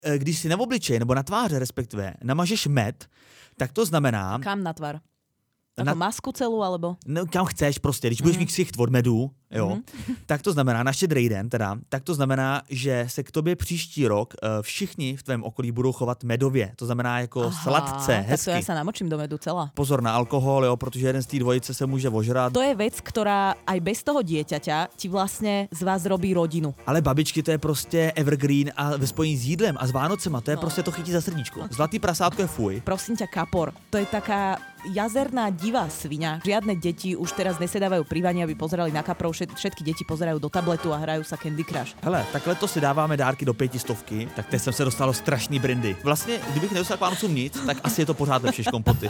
když si na obličej nebo na tváře respektive namažeš med, tak to znamená... Kam na tvár? Ako masku celú, alebo? No, kam chceš prostě, když budeš mít ksicht od medu, jo, tak to znamená, na Štědrý den teda, tak to znamená, že se k tobě příští rok všichni v tvém okolí budou chovat medově. To znamená jako sladce, hezky. Tak to ja sa namočím do medu celá. Pozor na alkohol, jo, protože jeden z té dvojice se může ožrát. To je vec, ktorá aj bez toho dieťaťa ti vlastne z vás robí rodinu. Ale babičky, to je prostě evergreen a ve spojení s jídlem a s Vánocema, to je prostě to chytí za srdíčko. Zlatý prasátko je fuj. Prosím ťa, kapor, to je taká jazerná divá sviňa. Žiadne deti už teraz nesedávajú pri vani, aby pozerali na kaprov. Všetky deti pozerajú do tabletu a hrajú sa Candy Crush. Hele, takhle to si dáváme dárky do 500, tak teď jsem se dostal strašný brandy. Vlastně, kdybych nedostal k Vánocům nic, tak asi je to pořád lepší než kompoty.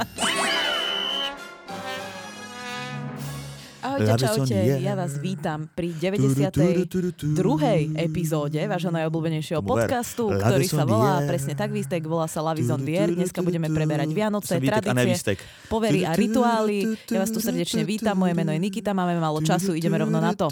Ahojte, čaute, ja vás vítam pri 92. epizóde vášho najobľúbenejšieho podcastu, ktorý sa volá presne tak výstek, volá sa Lavison Dier. Dneska budeme preberať Vianoce, tradície, povery a rituály. Ja vás tu srdečne vítam, moje meno je Nikita, máme málo času, ideme rovno na to.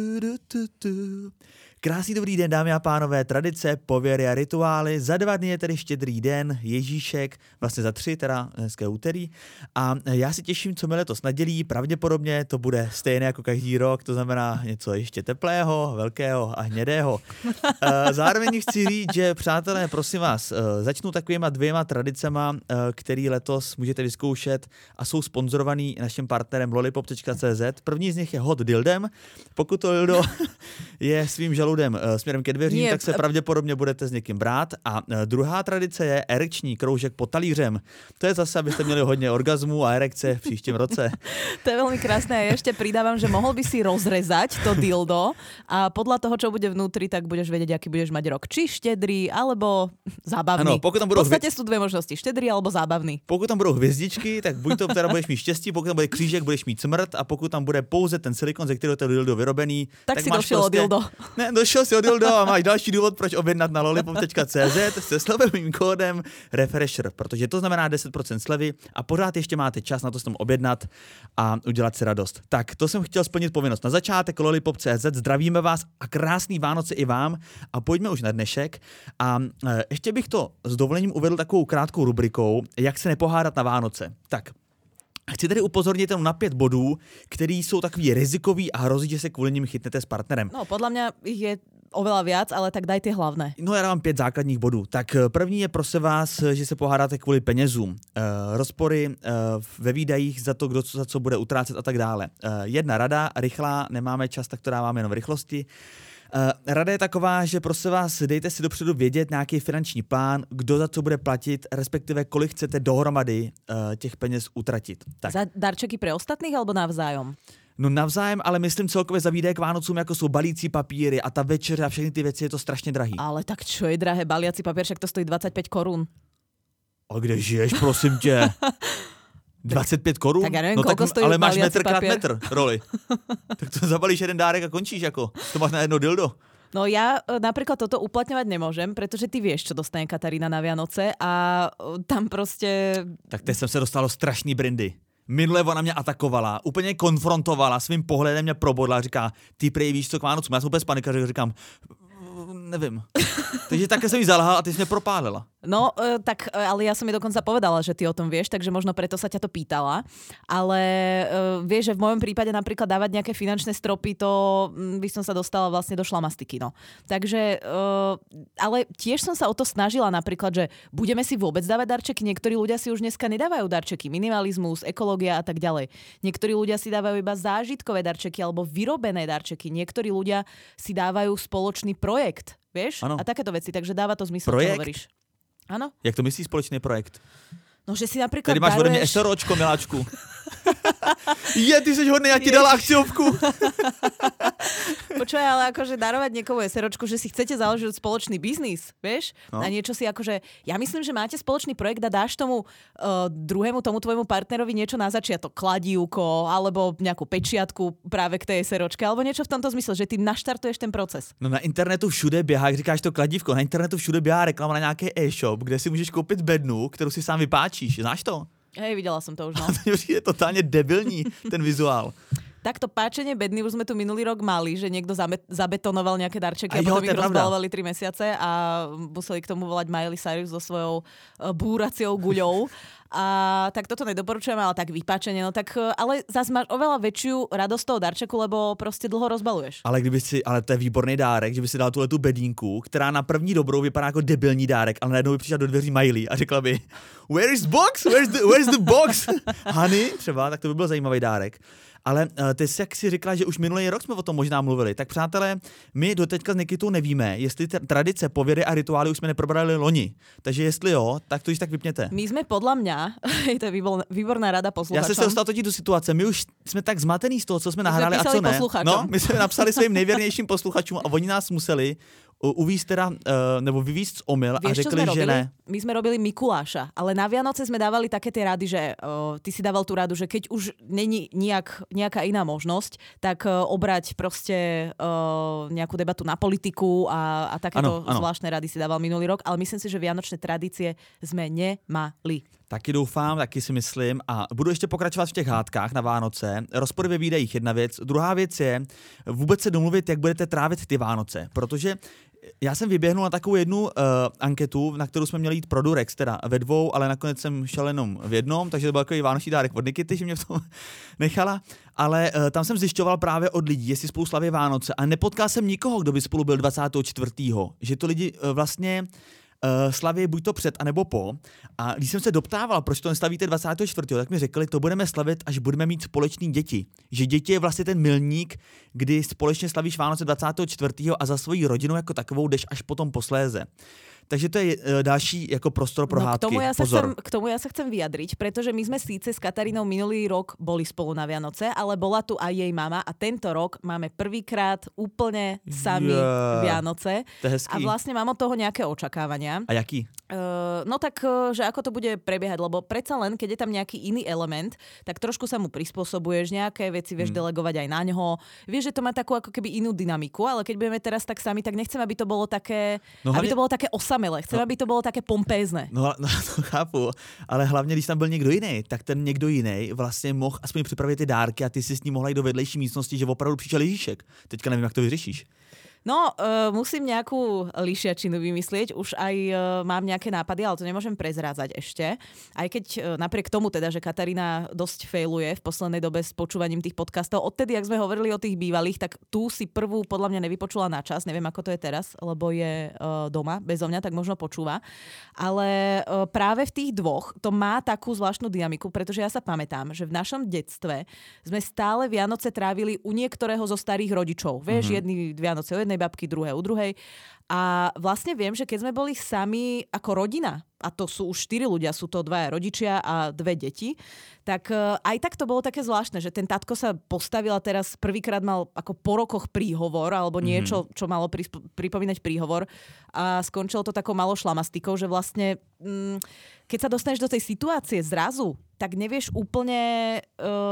Krásný dobrý den, dámy a pánové, tradice, pověry a rituály. Za 2 dny je tedy Štědrý den, Ježíšek, vlastně za 3, teda dneska úterý. A já si těším, co mi letos nadělí. Pravděpodobně to bude stejné jako každý rok, to znamená něco ještě teplého, velkého a hnědého. Zároveň chci říct, že přátelé, prosím vás, začnu takovýma 2 tradicema, který letos můžete vyzkoušet a jsou sponzorovaný naším partnerem lollipop.cz. První z nich je hot dildem. Pokud to dildo je svým žaludem směrem ke dveřím, tak se pravděpodobně budete s někým brát. A druhá tradice je erekční kroužek pod talířem. To je zase, abyste měli hodně orgazmů a erekce v příštím roce. To je veľmi krásne. A ja ešte pridávam, že mohol by si rozrezať to dildo a podľa toho, čo bude vnútri, tak budeš vedieť, aký budeš mať rok. Či štedrý, alebo zábavný. Ano, pokud tam budou v podstate sú 2 možnosti. Štedrý alebo zábavný. Pokud tam budou hvězdičky, tak buď to teda budeš mít štěstí, pokud tam bude křížek, budeš mít smrt, a pokud tam bude pouze ten silikon, ze kterého to dildo vyrobený, tak si máš došel prostě... dildo. Ne, došel si od dildo a máš další důvod, proč objednat na lollipop.cz se slovovým kódem Refresher, protože to znamená 10% slevy a pořád ještě máte čas na to s tom objednat a udělat si radost. Tak, to jsem chtěl splnit povinnost. Na začátek lollipop.cz, zdravíme vás a krásný Vánoce i vám a pojďme už na dnešek. A ještě bych to s dovolením uvedl takovou krátkou rubrikou, jak se nepohádat na Vánoce. Tak, chci tedy upozornit jenom na 5 bodů, které jsou takový rizikový a hrozí, že se kvůli nim chytnete s partnerem. No, podľa mňa je oveľa viac, ale tak daj tie hlavné. No já dávám 5 základních bodů. Tak první je prosím vás, že se pohádáte kvůli penězům. Rozpory ve výdajích za to, kdo za co bude utrácet a tak dále. Jedna rada, rychlá, nemáme čas, tak to dáváme jenom v rychlosti. Rada je taková, že prosím vás, dejte si dopředu vědět nějaký finanční plán, kdo za co bude platit, respektive kolik chcete dohromady těch peněz utratit. Tak. Za darčeky pre ostatných alebo navzájom? No navzájem, ale myslím celkově za výdaje k Vánocům, jako jsou balící papíry a ta večeře a všechny ty věci, je to strašně drahý. Ale tak čo je drahé, baliaci papier, však to stojí 25 korun. A kde žiješ, prosím tě? 25 korun? Tak ja neviem, no koľko stojí ale máš baliaci metr krát papier. metr roli. Tak to zabalíš jeden dárek a končíš jako. To máš na jedno dildo. No ja napríklad toto uplatňovať nemôžem, pretože ty vieš, čo dostane Katarína na Vianoce a tam proste... Tak teď jsem se dostalo strašný brandy. Minule ona mě atakovala, úplně konfrontovala, svým pohledem mě probodla a říká, ty prej víš co k Vánocům. Já jsem úplně spanikařil, říkám, nevím. Takže také jsem jí zalhal a ty jsi mě propálila. No, tak, ale ja som mi dokonca povedala, že ty o tom vieš, takže možno preto sa ťa to pýtala. Ale vieš, že v mojom prípade napríklad dávať nejaké finančné stropy, to by som sa dostala vlastne do šlamastiky, no. Takže, ale tiež som sa o to snažila napríklad, že budeme si vôbec dávať darčeky. Niektorí ľudia si už dneska nedávajú darčeky. Minimalizmus, ekológia a tak ďalej. Niektorí ľudia si dávajú iba zážitkové darčeky alebo vyrobené darčeky. Niektorí ľudia si dávajú spoločný projekt, vieš? Ano. A takéto veci, takže dáva to zmysel, projekt? čo hovoríš. Áno. Jak to myslíš spoločný projekt? No, že si napríklad Tady máš ode mě SROčko, miláčku. Ty jsi hodný, já ti dala akciovku. Počúvaj, ale akože darovať niekomu SROčku, že si chcete založiť spoločný biznis, vieš? No. A niečo si akože... Ja myslím, že máte spoločný projekt a dáš tomu druhému, tomu tvojmu partnerovi niečo na začiatok, kladívko, alebo nejakú pečiatku práve k tej SROčke, alebo niečo v tomto zmysle, že ty naštartuješ ten proces. No na internetu všude běhá, jak říkáš to kladívko, na internetu všude běhá reklama na nějaký e-shop, kde si můžeš koupit bednu, kterou si sám vypáčíš. Znáš to? Hej, videla som to už, no. Je totálně debilní ten vizuál. Takto páčenie bedný už sme tu minulý rok mali, že niekto zabetonoval nejaké darčeky a potom ich rozbalovali 3 mesiace a museli k tomu volať Miley Cyrus so svojou búraciou guľou. A tak toto nedoporučujem, ale tak vypáčenie, no tak, ale zase máš oveľa väčšiu radosť toho darčeku, lebo prostě dlho rozbaluješ. Ale to je výborný dárek, že by si dal tu bedínku, která na první dobrou vypadá jako debilní dárek, ale najednou by přišla do dveří Miley a řekla by Where is the box? Where's the box? Honey, třeba, tak to by byl zajímavý dárek. Ale ty jsi, jak si říkala, že už minulý rok jsme o tom možná mluvili, tak přátelé, my doteďka s Nikitou nevíme, jestli tradice, pověry a rituály už jsme neprobrali loni. Takže jestli jo, tak to již tak vypněte. My jsme podle mě, to je výborná rada posluchačům. Já se dostal totiž do situace, my už jsme tak zmatený z toho, co jsme nahráli a co ne. No, my jsme napsali svým nejvěrnějším posluchačům a oni nás museli uvízt teda, nebo vyvízt z omyl a řekli, že ne. My sme robili Mikuláša, ale na Vianoce sme dávali také tie rady, že ty si dával tú radu, že keď už není nejaká iná možnosť, tak obrať proste nejakú debatu na politiku a takéto zvláštne rady si dával minulý rok, ale myslím si, že vianočné tradície sme nemali. Taky doufám, taky si myslím a budu ještě pokračovat v těch hádkách na Vánoce. Rozpory ve výdajích, jedna věc. Druhá věc je vůbec se domluvit, jak budete trávit ty Vánoce, protože já jsem vyběhnul na takovou jednu anketu, na kterou jsme měli jít pro Durex, teda ve 2, ale nakonec jsem šel jenom v jednom, takže to byl takový vánoční dárek od Nikity, že mě v tom nechala. Ale tam jsem zjišťoval právě od lidí, jestli spolu slaví Vánoce a nepotkal jsem nikoho, kdo by spolu byl 24. Že to lidi vlastně slaví buď to před, anebo po. A když jsem se doptával, proč to nestavíte 24., tak mi řekli, to budeme slavit, až budeme mít společný děti. Že děti je vlastně ten milník, kdy společně slavíš Vánoce 24. a za svoji rodinu jako takovou jdeš až potom posléze. Takže to je další jako prostor pro hádky. K tomu ja sa chcem vyjadriť, pretože my sme síce s Katarínou minulý rok boli spolu na Vianoce, ale bola tu aj jej mama a tento rok máme prvýkrát úplne sami Vianoce. A vlastne mám od toho nejaké očakávania. A jaký? No tak, že ako to bude prebiehať, lebo predsa len, keď je tam nejaký iný element, tak trošku sa mu prispôsobuješ, nejaké veci vieš delegovať aj na ňoho. Vieš, že to má takú ako keby inú dynamiku, ale keď budeme teraz tak sami, tak nechcem, aby to bolo také, aby to bolo také osamelé. Chcem, aby to bolo také pompézne. No to chápu, ale hlavně, když tam byl někdo jiný, tak ten někdo jiný vlastně mohl aspoň připravit ty dárky a ty si s ním mohla jít do vedlejší místnosti, že opravdu přišel Ježíšek. Teďka nevím, jak to vyřešíš. No, musím nejakú lišiačinu vymyslieť, už aj mám nejaké nápady, ale to nemôžem prezrádzať ešte. Aj keď napriek tomu teda, že Katarína dosť failuje v poslednej dobe s počúvaním tých podcastov, odtedy, ak sme hovorili o tých bývalých, tak tú si prvú podľa mňa nevypočula na čas, neviem ako to je teraz, lebo je doma bezo mňa, tak možno počúva. Ale práve v tých dvoch to má takú zvláštnu dynamiku, pretože ja sa pamätám, že v našom detstve sme stále Vianoce trávili u niektorého zo starých rodičov. Vieš, jedný Vianoce jednej babky, druhé u druhej. A vlastne viem, že keď sme boli sami ako rodina, a to sú už 4 ľudia, sú to 2 rodičia a 2 deti, tak aj tak to bolo také zvláštne, že ten tatko sa postavil a teraz prvýkrát mal ako po rokoch príhovor alebo niečo, čo malo pripomínať príhovor a skončilo to takou malou šlamastikou, že vlastne keď sa dostaneš do tej situácie zrazu, tak nevieš úplne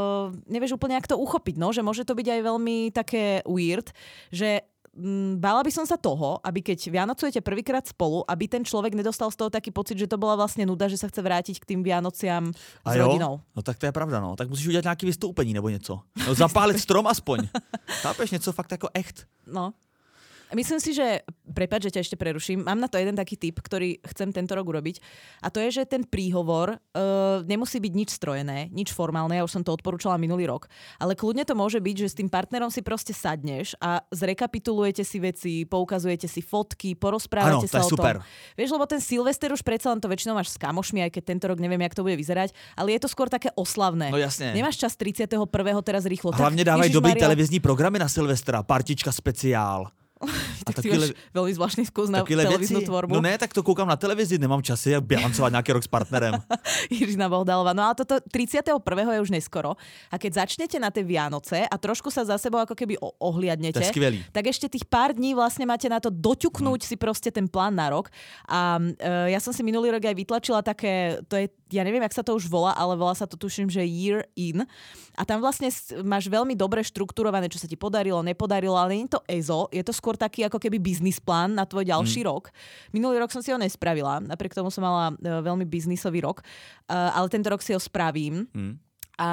jak to uchopiť, no? Že môže to byť aj veľmi také weird, že bála by som sa toho, aby keď vianocujete prvýkrát spolu, aby ten človek nedostal z toho taký pocit, že to bola vlastne nuda, že sa chce vrátiť k tým Vianociam s rodinou. No tak to je pravda, no. Tak musíš udělat nějaký vystoupení nebo něco. No, zapálit strom aspoň. Chápeš, něco fakt jako echt. No. Myslím si, že, prepáč, že ťa ešte preruším, mám na to jeden taký tip, ktorý chcem tento rok urobiť a to je, že ten príhovor nemusí byť nič strojené, nič formálne, ja už som to odporúčala minulý rok, ale kľudne to môže byť, že s tým partnerom si proste sadneš a zrekapitulujete si veci, poukazujete si fotky, porozprávate sa o tom. Super. Vieš, lebo ten Silvester už predsa len to väčšinou máš s kamošmi, aj keď tento rok neviem, jak to bude vyzerať, ale je to skôr také oslavné. No jasne. Nemáš čas 31. teraz rýchlo. Hlavne dávaj dobrý televizní programy na Silvestra, partička speciál. Tak ty máš veľmi zvláštny skús na televíznu tvorbu. No ne, tak to koukám na televizi, nemám časy jak bilancovať nejaký rok s partnerem. Jiřina Bohdalova. No ale toto 31. je už neskoro. A keď začnete na tie Vianoce a trošku sa za sebou ako keby ohliadnete, tak ešte tých pár dní vlastne máte na to doťuknúť si proste ten plán na rok. A ja som si minulý rok aj vytlačila také, to je, ja neviem, jak sa to už volá, ale volá sa to tuším, že Year In. A tam vlastne máš veľmi dobre štrukturované, čo sa ti podarilo, nepodarilo, ale nie je to EZO, je to skôr taký ako keby biznis plán na tvoj ďalší rok. Minulý rok som si ho nespravila, napriek tomu som mala veľmi biznisový rok, ale tento rok si ho spravím. A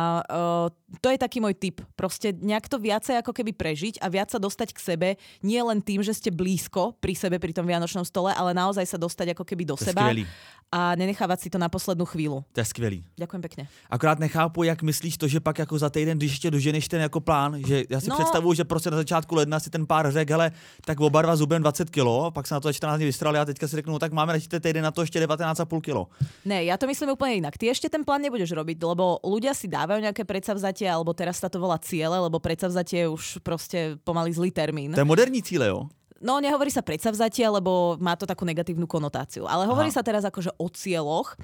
to je taký môj tip. Proste nejak to viacej ako keby prežiť a viac sa dostať k sebe, nie len tým, že ste blízko pri sebe, pri tom vianočnom stole, ale naozaj sa dostať ako keby do seba a nenechávať si to na poslednú chvíľu. To je skvělý. Ďakujem pekne. Akorát nechápu, jak myslíš to, že pak jako za týden, když ještě doženeš ten jako plán, že já si představuju, že prostě na začátku ledna si ten pár řekl, hele, tak oba dva zubem 20 kg, pak se na to 14 dní vystrali a teďka si řeknu, no, tak máme ještě týden na to ještě 19,5 kg. Ne, ja to myslím úplne inak. Ty ešte ten plán nebudeš robiť, lebo ľudia si dávajú nejaké predsavzatie, alebo teraz sa to volá ciele, lebo predsavzatie je už proste pomaly zlý termín. To je moderní cíle, jo? No, nehovorí sa predsavzatie, lebo má to takú negatívnu konotáciu. Ale hovorí sa teraz akože o cieľoch.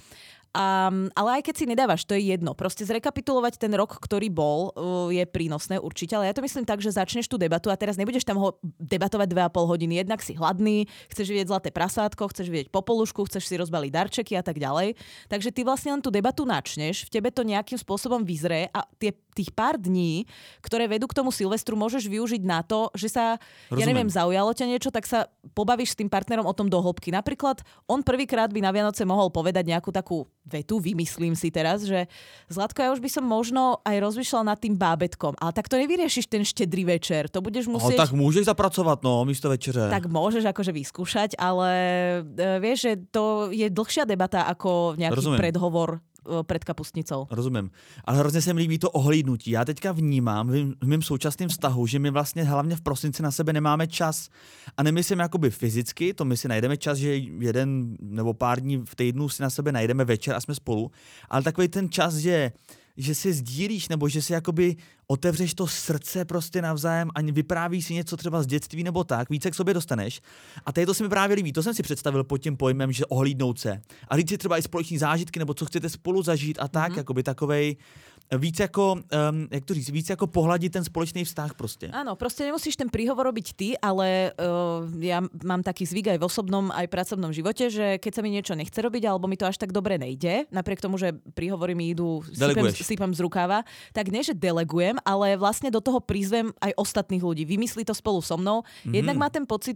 Ale aj keď si nedávaš, to je jedno. Proste zrekapitulovať ten rok, ktorý bol, je prínosné určite, ale ja to myslím tak, že začneš tú debatu a teraz nebudeš tam debatovať 2,5 hodiny. Jednak si hladný, chceš vidieť zlaté prasátko, chceš vidieť popolušku, chceš si rozbaliť darčeky a tak ďalej. Takže ty vlastne len tú debatu načneš, v tebe to nejakým spôsobom vyzrie a tých pár dní, ktoré vedú k tomu Silvestru, môžeš využiť na to, že sa, ja neviem, zaujalo ťa niečo, tak sa pobavíš s tým partnerom o tom do hĺbky. Napríklad on prvýkrát by na Vianoce mohol povedať nejakú takú vetu, vymyslím si teraz, že Zlatko, ja už by som možno aj rozmýšľal nad tým bábätkom, ale tak to nevyriešiš ten štedrý večer, to budeš musieť... No tak môžeš zapracovať, no, místo večere. Tak môžeš akože vyskúšať, ale vieš, že to je dlhšia debata ako nejaký predhovor před kapustnicou. Rozumím. Ale hrozně se mi líbí to ohlídnutí. Já teďka vnímám v mém současném vztahu, že my vlastně hlavně v prosinci na sebe nemáme čas. A nemyslím jakoby fyzicky, to my si najdeme čas, že jeden nebo pár dní v týdnu si na sebe najdeme večer a jsme spolu. Ale takový ten čas, že si sdílíš, nebo že si jakoby otevřeš to srdce prostě navzájem a vyprávíš si něco třeba z dětství nebo tak, více k sobě dostaneš. A tady to se mi právě líbí, to jsem si představil pod tím pojmem, že ohlídnout se. A říct si třeba i společní zážitky, nebo co chcete spolu zažít a tak, jakoby takovej víc jako, jak to říct, víc jako pohladit ten společný vztah prostě. Áno, proste nemusíš ten príhovor robiť ty, ale ja mám taký zvyk aj v osobnom, aj pracovnom živote, že keď sa mi niečo nechce robiť, alebo mi to až tak dobre nejde, napriek tomu, že príhovory mi idú, sypem z rukáva, tak nie, že delegujem, ale vlastne do toho prizvem aj ostatných ľudí. Vymyslí to spolu so mnou. Jednak má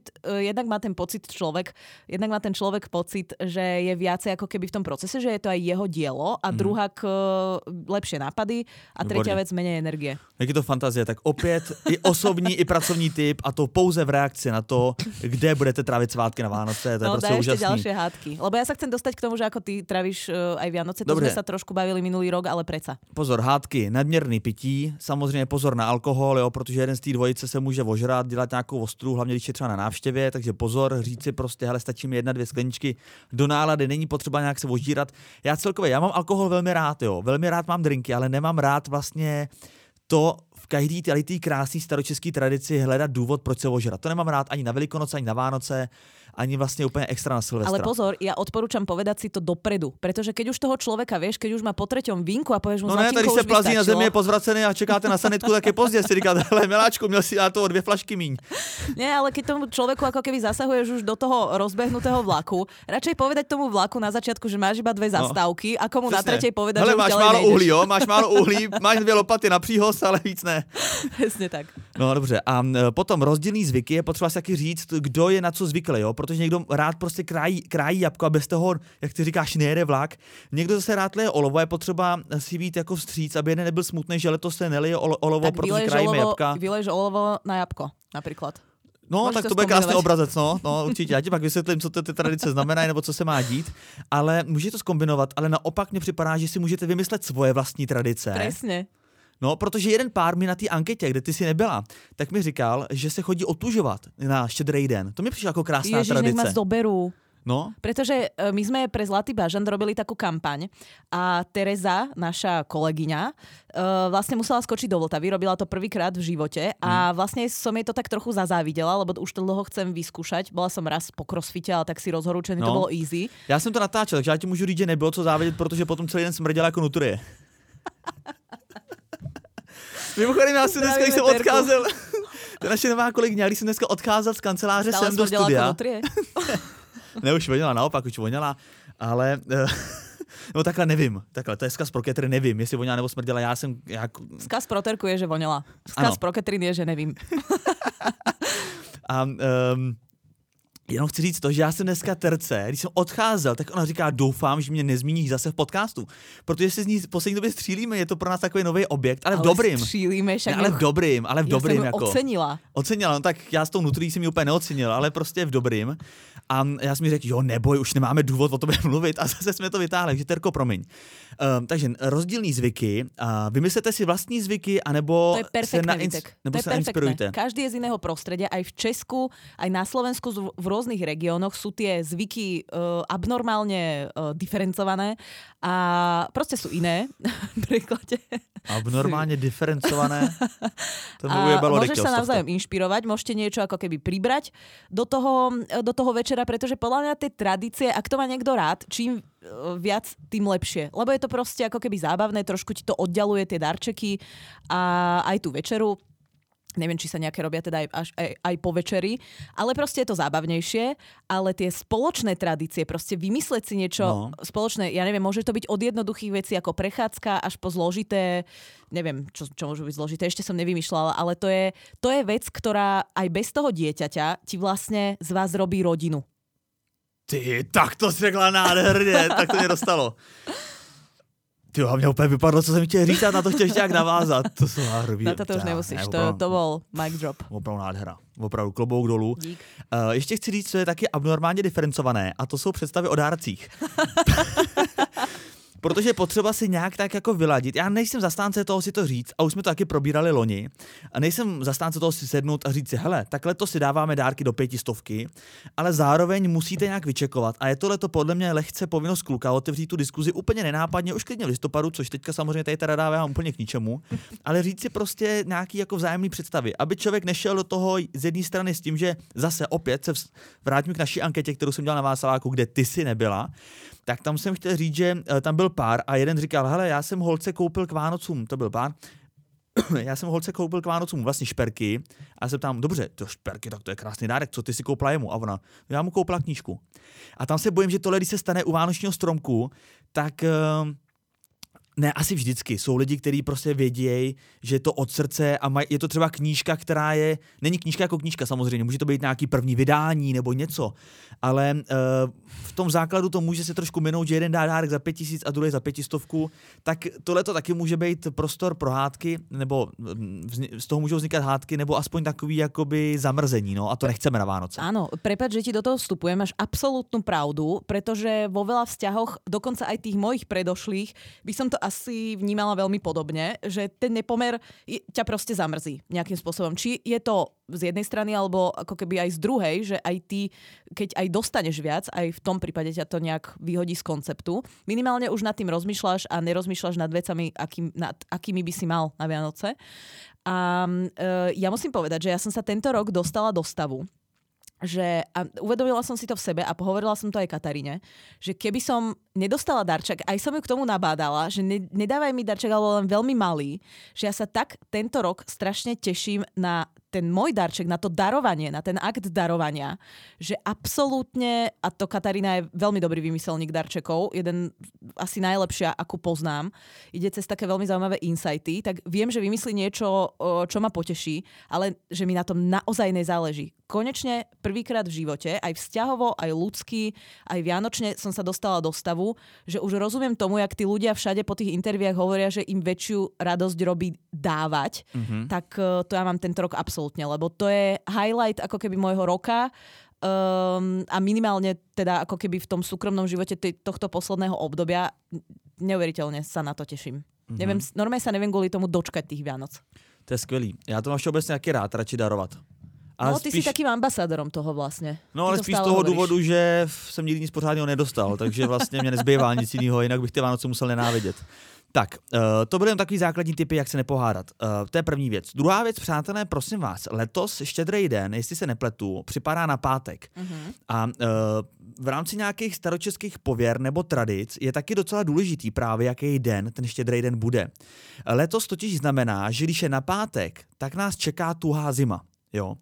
ten človek pocit, že je viacej ako keby v tom procese, že je to aj jeho dielo a druhák lepšie nápady a tretia vec menej energie. Jak je to fantazie, tak opět i osobní, i pracovní typ a to pouze v reakci na to, kde budete trávit svátky na Vánoce. To je prostě úžasný. Ešte ďalšie hádky. Lebo ja sa chcem dostať k tomu, že ako ty trávíš aj Vianoce. To sme sa trošku bavili minulý rok, ale preca. Pozor, hádky, nadměrný pití, samozřejmě pozor na alkohol, jo, protože jeden z té dvojice se může ožrat, dělat nějakou ostru, hlavně když je třeba na návštěvě, takže pozor, říct si prostě, hele, stačí mi 1-2 skleničky do nálady, není potřeba nějak se ožírat. Já mám alkohol velmi rád, jo, velmi rád mám drinky, ale nemám rád vlastně to v každý té krásné staročeské tradici hledat důvod, proč se ožrat. To nemám rád ani na Velikonoce, ani na Vánoce, ani vlastne úplne extra na Silvestra. Ale pozor, ja odporúčam povedať si to dopredu, pretože keď už toho človeka vieš, keď už má po 3. vínku a povieš mu no ne, tady se plazí na zemi, je pozvracený a čekáte na sanitku, tak je pozdě. Si říkáte, hele, miláčku, měl si dát toho 2 flašky míň. Nie, ale keď tomu človeku ako keby zasahuješ už do toho rozbehnutého vlaku, radšej povedať tomu vlaku na začiatku, že máš iba 2 zastávky a komu na 3. povedať, že už ďalej nejdeš. Uhlí, jo? Máš málo uhlí, máš 2 lopaty na příhoz, ale víc ne. Přesně tak. No dobře. A potom rozdílný zvyky je potřeba si taky říct, kdo je na co zvyklý, jo? Protože někdo rád prostě krájí jabko a bez toho, jak ty říkáš, nejede vlak. Někdo zase rád leje olovo, je potřeba si být jako vstříc, aby jeden nebyl smutný, že letos se nelije olovo, tak protože krájíme jabka. Vyleješ olovo na jabko, například. No, můžeš tak to bude krásný obrazec, no určitě. Já ti pak vysvětlím, co ty tradice znamenají, nebo co se má dít, ale můžete to zkombinovat, ale naopak mně připadá, že si můžete vymyslet svoje vlastní tradice. Přesně. No, protože jeden pár mi na té anketě, kde ty si nebyla, tak mi říkal, že se chodí otužovat na Štědrý den. To mi přišlo jako krásná tradice. Ježiš, nech ma zoberú. No. Pretože my sme pre Zlatý bažant robili takú kampaň a Tereza, naša kolegyňa, vlastne musela skočiť do Vltavy, robila to prvýkrát v živote a vlastne som jej to tak trochu zazávidela, lebo už to dlho chcem vyskúšať. Bola som raz po crossfite, ale tak si rozhorúčený, to bolo easy. Já jsem to natáčel, takže já ti můžu říct, že nebylo co závidět, protože potom celý den smrděla jako nutrie. Mimochodem, já jsem dneska, když jsem odcházel, to je naše nová kolegyně, když jsem dneska odcházel z kanceláře sem do studia. Ne, už voněla, naopak, už voněla, ale no takhle nevím, takhle, to je vzkaz pro Catherine, nevím, jestli voněla nebo smrděla, Vzkaz pro Terku je, že voněla, vzkaz pro Catherine je, že nevím. A Jenom chci říct to, že já jsem dneska terce, když jsem odcházel, tak ona říká, doufám, že mě nezmíníš zase v podcastu, protože se z ní v poslední době střílíme, je to pro nás takový nový objekt, ale v dobrým. Střílíme, však ale v dobrým, já jsem jako. Ocenila, no tak já s tou nutrí jsem ji úplně neocenil, ale prostě v dobrým. A já jsem mi řekl, jo, neboj, už nemáme důvod o tobě mluvit a zase jsme to vytáhli, takže Terko, promiň. Takže rozdílný zvyky, vymyslete si vlastní zvyky, anebo se nainspirujete. Každý je z iného prostredia, aj v Česku, aj na Slovensku v rôznych regiónoch sú tie zvyky abnormálne diferencované a proste sú iné v preklade. Abnormálne diferencované? To môžeš sa navzájom inšpirovať, môžete niečo ako keby pribrať do toho večera, pretože podľa mňa tie tradície, ak to má niekto rád, čím viac, tým lepšie. Lebo je to proste ako keby zábavné, trošku ti to oddialuje tie darčeky a aj tú večeru. Neviem, či sa nejaké robia teda aj po večeri, ale proste je to zábavnejšie, ale tie spoločné tradície, proste vymysleť si niečo spoločné, ja neviem, môže to byť od jednoduchých vecí ako prechádzka až po zložité, neviem, čo môže byť zložité, ešte som nevymýšľala, ale to je vec, ktorá aj bez toho dieťaťa ti vlastne z vás robí rodinu. Ty, tak to jsi řekla nádherně, tak to mě dostalo. Ty, a mě úplně vypadlo, co jsem chtěl říct a na to chtěl ještě jak navázat. To jsou hrubý. Na to už nemusíš, to byl mic drop. Opravdu nádhera, opravdu klobouk dolů. Ještě chci říct, co je taky abnormálně diferencované a to jsou představy o dárcích. Protože je potřeba si nějak tak jako vyladit. Já nejsem zastánce toho si to říct, a už jsme to taky probírali loni, a nejsem zastánce toho si sednout a říct si, hele, takhle to si dáváme dárky do 500, ale zároveň musíte nějak vyčekovat. A je tohleto podle mě lehce povinnost kluka otevřít tu diskuzi úplně nenápadně, už klidně v listopadu, což teďka samozřejmě tady teda dávám úplně k ničemu, ale říct si prostě nějaký jako vzájemný představy, aby člověk nešel do toho z jedné strany s tím, že zase opět se vrátím k naší anketě, kterou jsem dělal na Václaváku, kde ty si nebyla. Tak tam jsem chtěl říct, že tam byl pár a jeden říkal, hele, já jsem holce koupil k Vánocům, to byl pár, já jsem holce koupil k Vánocům vlastně šperky a se ptám, dobře, to šperky, tak to je krásný dárek, co ty si koupila jemu? A ona, já mu koupila knížku. A tam se bojím, že tohle, když se stane u vánočního stromku, tak... Ne, asi vždycky. Jsou lidi, kteří prostě vědějí, že je to od srdce a je to třeba knížka, která není knížka jako knížka samozřejmě, může to být nějaký první vydání nebo něco, ale v tom základu to může se trošku minout, že jeden dá dárek za 5000 a druhý za 500, tak tohle to taky může být prostor pro hádky, nebo z toho můžou vznikat hádky, nebo aspoň takový jakoby zamrzení, no a to nechceme na Vánoce. Áno, prepáč, že ti do toho vstupujem, máš absolútnu pravdu, pretože vo veľa vzťahoch, dokonca aj tých mojich predošlých, by som to asi vnímala veľmi podobne, že ten nepomer ťa proste zamrzí nejakým spôsobom. Či je to z jednej strany, alebo ako keby aj z druhej, že aj ty, keď aj dostaneš viac, aj v tom prípade ťa to nejak vyhodí z konceptu. Minimálne už nad tým rozmýšľaš a nerozmýšľaš nad vecami, akými by si mal na Vianoce. A ja musím povedať, že ja som sa tento rok dostala do stavu, že a uvedomila som si to v sebe a pohovorila som to aj Kataríne, že keby som nedostala darček, aj som ju k tomu nabádala, že nedávaj mi darček, alebo len veľmi malý, že ja sa tak tento rok strašne teším na ten môj darček, na to darovanie, na ten akt darovania, že absolútne, a to Katarína je veľmi dobrý vymyselník darčekov, jeden asi najlepšia, akú poznám, ide cez také veľmi zaujímavé insighty, tak viem, že vymyslí niečo, čo ma poteší, ale že mi na tom naozaj nezáleží. Konečne prvýkrát v živote, aj vzťahovo, aj ľudský, aj vianočne som sa dostala do stavu, že už rozumiem tomu, jak tí ľudia všade po tých interviách hovoria, že im väčšiu radosť robí dávať, tak to ja mám tento rok absolútne, lebo to je highlight ako keby môjho roka a minimálne teda ako keby v tom súkromnom živote tohto posledného obdobia neuveriteľne sa na to teším. Neviem, normálne sa neviem kvôli tomu dočkať tých Vianoc. To je skvělý. Já to mám všeobecně taky rád, radši darovat. Ale ty si takým ambasádorom toho vlastně. No ale spíš z toho důvodu, že jsem nikdy nic pořádného nedostal, takže vlastně mě nezbývá nic jiného, jinak bych ty Vánoce musel nenávidět. Tak, to byly jen takový základní tipy, jak se nepohádat. To je první věc. Druhá věc, přátelé, prosím vás, letos Štědrý den, jestli se nepletu, připadá na pátek. A v rámci nějakých staročeských pověr nebo tradic je taky docela důležitý právě, jaký den ten Štědrý den bude. Letos totiž znamená, že když je na pátek, tak nás čeká tuhá zima. Jo.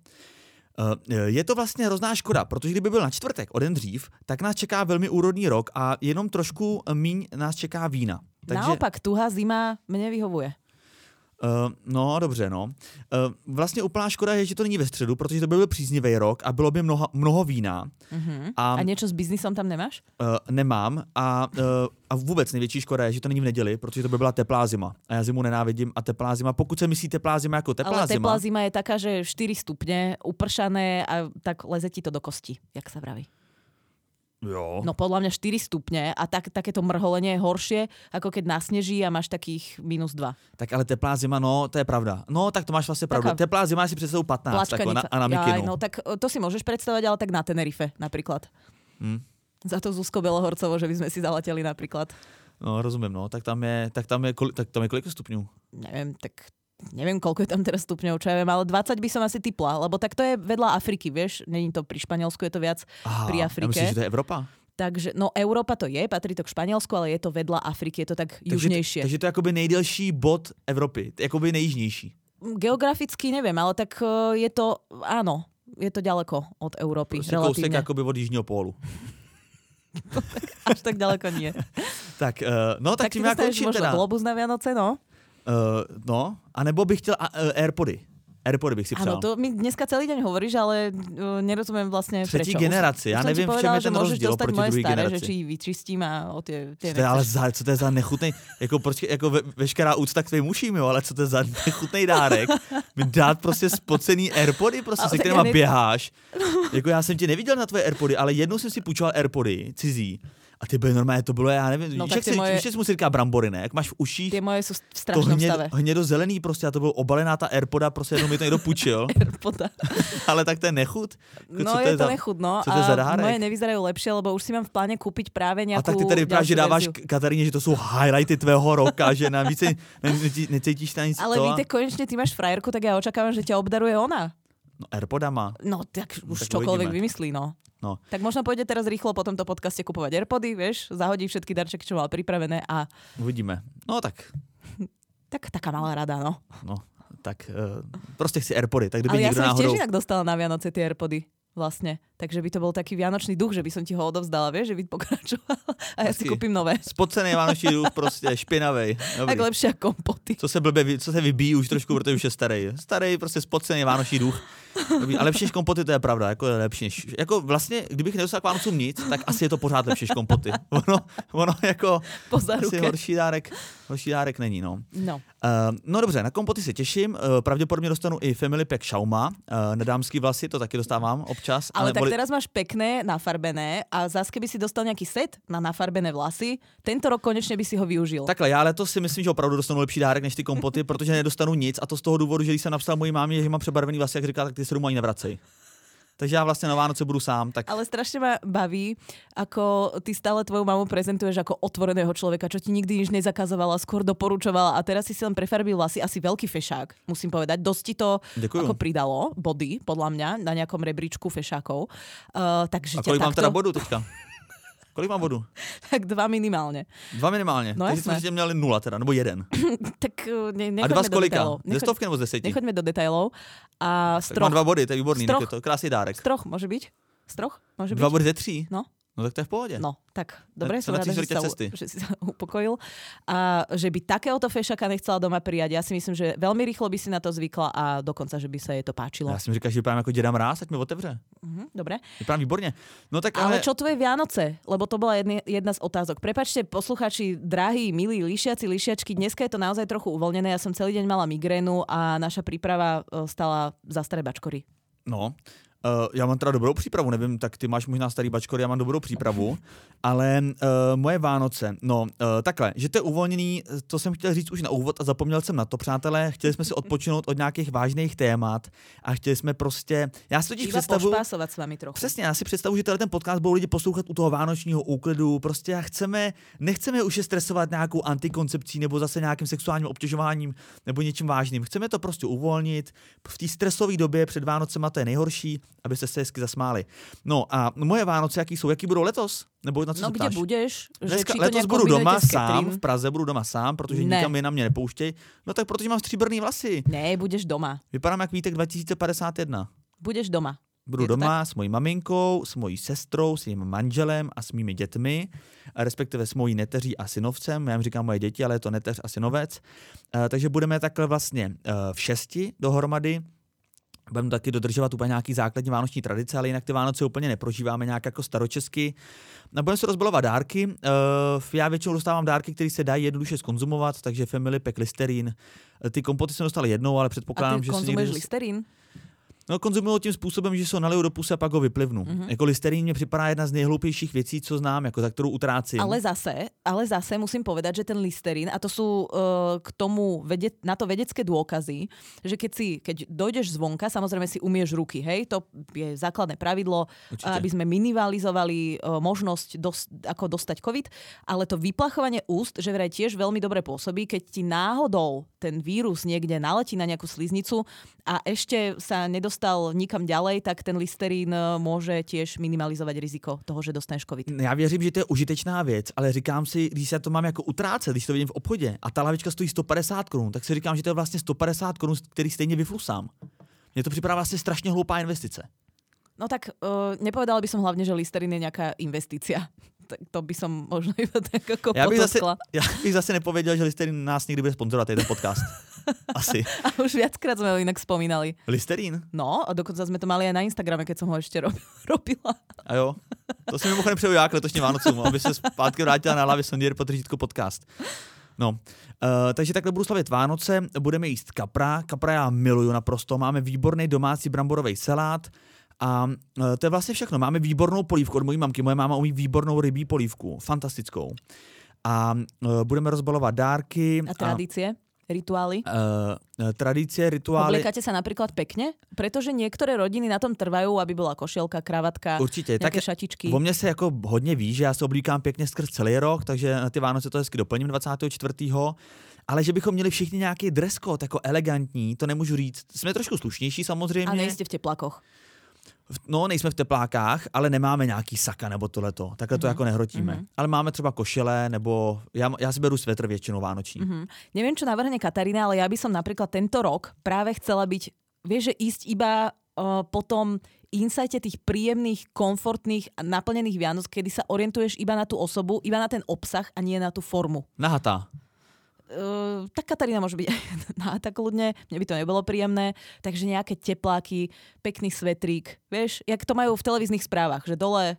Je to vlastně hrozná škoda, protože kdyby byl na čtvrtek, o den dřív, tak nás čeká velmi úrodný rok a jenom trošku míň nás čeká vína. Takže... Naopak, tuhá zima mne vyhovuje. No, dobře, no. Vlastně úplná škoda je, že to není ve středu, protože to byl příznivý rok a bylo by mnoho vína. A něco s biznisem tam nemáš? Nemám a vůbec největší škoda je, že to není v neděli, protože to by byla teplá zima. A já zimu nenávidím a teplá zima, pokud se myslí teplá zima jako teplá ale zima. teplá zima je taká, že 4 stupně, upršané a tak leze ti to do kosti, jak sa vraví. Jo. No podľa mňa 4 stupne a takéto mrholenie je horšie, ako keď nasneží a máš takých -2. Tak ale teplá zima, no, to je pravda. No, tak to máš vlastně pravdu. Teplá zima si představu 15 tako, a na mikinu. No tak to si môžeš predstavať, ale tak na Tenerife napríklad. Za to Zuzko Belohorcovo, že by sme si zaleteli napríklad. No, rozumím, no. Tak tam je kolik stupňů? Neviem, koľko je tam teraz stupňov, čo ja viem, ale 20 by som asi typla, lebo tak to je vedľa Afriky, vieš, není to pri Španielsku, je to viac pri Afrike. Ja myslím, že to je Európa? Takže, no Európa to je, patrí to k Španielsku, ale je to vedľa Afriky, je to tak južnejšie. Takže to je akoby nejdelší bod Evropy, akoby nejjižnější. Geograficky neviem, ale tak je to, áno, je to ďaleko od Európy, prostě relatívne. kousek akoby od jižního pólu. Až tak ďaleko nie. Tak, no tak tím já končím teda. Globus na Vianoce, no? No, anebo bych chtěl AirPody. AirPody bych si přál. Áno, to mi dneska celý deň hovoríš, ale nerozumiem vlastne třetí prečo. generaci, já nevím, v čem je ten rozdíl oproti druhé generaci. Že či ji vyčistím a o tie ale co to je za nechutnej, jako veškerá úcta k tvým uším, jo, ale co to je za nechutnej dárek, mi dát prostě spocený AirPody, prostě se kterýma běháš. Jako já jsem tě neviděl na tvoje AirPody, ale jednou jsem si půjčoval AirPody cizí. A ty byly normálně, to bylo, já nevím, no, víš, jak mu si říká brambory, ne? Jak máš v uších, ty moje jsou v strašném stave. Hnědozelený prostě, a to bylo obalená ta AirPoda, prostě jednou mi to někdo půjčil. AirPoda. Ale tak to je nechut. No je to nechut, no. Co to je za dárek? Moje nevyzerajú lepšie, lebo už si mám v pláne kúpiť práve nejakú. A tak ty tady vypadáš, že dáváš Kataríně, že to jsou highlighty tvého roka, že na více necítíš na nic. Ale víte, konečne ty máš frajerku, tak ja očakávam, že ťa obdaruje ona. No AirPodama. No tak už čokoľvek vymyslí, no. No. Tak možno pôjde teraz rýchlo po tomto podcaste kupovať AirPody, vieš, zahodí všetky darčeky, čo mal pripravené a... Uvidíme. No tak. Tak taká malá rada, no. No, tak prostě chci AirPody, tak kdyby ale někdo náhodou... Ale ja som ich tiež inak dostala na Vianoce tie AirPody. Vlastne. Takže by to bol taký vianočný duch, že by som ti ho odovzdala, vieš, že by pokračoval a ja si kúpim nové. Spocený vánoční duch, prostě špinavej. Tak lepšie ako kompoty. Co se vybíjí už trošku, protože už je starý. Starý, prostě spocený vánoční duch. Ale lepší než kompoty, to je pravda, jako je lepší než... Jako vlastně, kdybych nedostal k Vánocům nic, tak asi je to pořád lepší než kompoty. Ono jako... Asi horší dárek není, no. No dobře, na kompoty se těším. Pravděpodobně dostanu i Family Pack Schauma. Na dámský vlasy to taky dostávám občas. Ale tak teraz máš pekné, nafarbené a zase keby si dostal nějaký set na nafarbené vlasy, tento rok konečně by si ho využil. Takhle, já letos si myslím, že opravdu dostanu lepší dárek než ty kompoty, protože nedostanu nic a to z toho důvodu, že když jsem napsal mojí mámě, že mám přebarvený vlasy, jak říká, tak ty se domů ani nevracej. Takže já vlastně na Vánoce budu sám. Tak... Ale strašne ma baví, ako ty stále tvoju mamu prezentuješ ako otvoreného človeka, čo ti nikdy nič nezakazovala, skôr doporučovala a teraz si len prefarbil vlasy, asi veľký fešák, musím povedať. Dosť ti to ako pridalo body, podľa mňa, na nejakom rebríčku fešákov. Takže a kolik mám teda bodu teďka? Kolik mám bodu? Tak 2 minimálne. 2 minimálně? No takže jsme měli 0 teda, nebo 1. Tak a 2 z kolika? Ze stovky nebo ze 10? Nechoďme do detailov. A z troch. Mám 2 body, to je výborný, je to krásný dárek. Z troch, môže byť? Z troch? Môže byť? 2 body ze 3? No. No tak to je v pohodě. No, tak dobre, som rada, že si sa upokojil. A že by takéhoto fešaka nechcela doma prijať. Ja si myslím, že veľmi rýchlo by si na to zvykla a dokonca, že by sa jej to páčilo. Já si říkal, že vypadám jako Děda Mráz, ať mi otevře. Dobre. Vypadám výborně. No tak ale čo tvoje Vianoce? Lebo to bola jedna z otázok. Prepáčte, posluchači, drahí, milí lišiaci, lišiačky, dneska je to naozaj trochu uvoľnené. Ja som celý deň mala migrénu a naša príprava stala za staré bačkory. No. Já mám teda dobrou přípravu, nevím, tak ty máš možná starý bačkory, já mám dobrou přípravu, ale moje Vánoce, no takhle, že to je uvolněný, to jsem chtěl říct už na úvod a zapomněl jsem na to, přátelé, chtěli jsme si odpočinout od nějakých vážných témat a chtěli jsme prostě, já si totiž představuji, pošpásovat s vámi trochu. Přesně, já si představuji, že ten podcast budou lidi poslouchat u toho vánočního úklidu, prostě a nechceme už je stresovat nějakou antikoncepcí nebo zase nějakým sexuálním obtěžováním nebo něčím vážným, chceme to prostě uvolnit, v té stresové době před Vánocema to je nejhorší, abyste se hezky zasmáli. No a moje Vánoce, jaký budou letos? Nebo na co se ptáš? Kde budeš? Letos budu doma sám, v Praze budu doma sám, protože nikam jinam mě nepouštěj. No tak protože mám stříbrný vlasy. Ne, budeš doma. Vypadám jak Vítek 2051. Budeš doma. Budu doma s mojí maminkou, s mojí sestrou, s jejím manželem a s mými dětmi, respektive s mojí neteří a synovcem. Já jim říkám moje děti, ale je to neteř a synovec. Takže budeme takhle vlastně v 6 dohromady. Budeme taky dodržovat úplně nějaký základní vánoční tradice, ale jinak ty Vánoce úplně neprožíváme nějak jako staročesky. Budeme se rozbalovat dárky. Já většinou dostávám dárky, které se dají jednoduše zkonzumovat, takže Family Pack, Listerín. Ty kompoty jsem dostal jednou, ale předpokládám, že si někdy... A ty konzumuješ Listerín? No, konzumuju tím způsobem, že se ho naliju do pusy a pak ho vyplivnu. Jako Listerín mně připadá jedna z nejhloupějších věcí, co znám, jako za kterou utrácím. Ale zase musím povedať, že ten Listerín, a to sú k tomu na to vedecké dôkazy, že keď dojdeš zvonka, samozrejme si umieš ruky, hej, to je základné pravidlo, určite, aby sme minimalizovali možnosť ako dostať COVID, ale to vyplachovanie úst, že vraj tiež veľmi dobre pôsobí, keď ti náhodou ten vírus niekde naletí na nejakú sliznicu a ešte sa nedostal nikam ďalej, tak ten Listerín môže tiež minimalizovať riziko toho, že dostaneš COVID. Já věřím, že to je užitečná věc, ale říkám si, když se to mám jako utrácet, když to vidím v obchodě a ta lavička stojí 150 korun, tak si říkám, že to je vlastně 150 korun, který stejně vyflusám. Mně to připadá vlastně strašně hloupá investice. No tak nepovedala by som hlavne, že Listerín je nejaká investícia. Tak to by som možno iba tak ako potoskla. Já bych zase nepověděl, že Listerín nás někdy bude sponzorovat, ten podcast. Asi. A už viackrát sme ho inak spomínali. Listerín? No, a dokonca sme to mali aj na Instagrame, keď som ho ešte robila. A jo, to jsem mimochodem přeju já k letošním Vánocům, aby se zpátky vrátila na hlavě Sondier Potržítko podcast. No, takže takhle budu slavit Vánoce, budeme jíst kapra. Kapra já miluju naprosto, máme výborný domácí bramborový salát a to je vlastně všechno. Máme výbornou polívku od mojí mamky, moje máma umí výbornou rybí polívku, fantastickou. A budeme rozbalovat dárky. A tradície? Rituály? Tradície, rituály. Obliekate sa napríklad pekne? Pretože niektoré rodiny na tom trvajú, aby byla košielka, kravatka, určitě, nějaké šatičky. O mně se jako hodně ví, že já se oblíkám pěkně skrz celý rok, takže na ty Vánoce to hezky doplním 24. Ale že bychom měli všichni nějaký dress code, jako elegantní, to nemůžu říct. Jsme trošku slušnější samozřejmě. A nejste v teplákoch. No, nejsme v teplákách, ale nemáme nějaký saka nebo tohleto. Takhle to jako nehrotíme. Ale máme třeba košile, nebo já si beru svetr většinou vánoční. Neviem, čo navrhne Katarína, ale ja by som napríklad tento rok práve chcela byť, vieš, že ísť iba po tom insajte tých príjemných, komfortných a naplnených Vianoc, kedy sa orientuješ iba na tú osobu, iba na ten obsah a nie na tú formu. Nahatá. Tak Katarína môže byť tak kľudne, mne by to nebolo príjemné, takže nejaké tepláky, pekný svetrík, vieš, jak to majú v televíznych správach, že dole...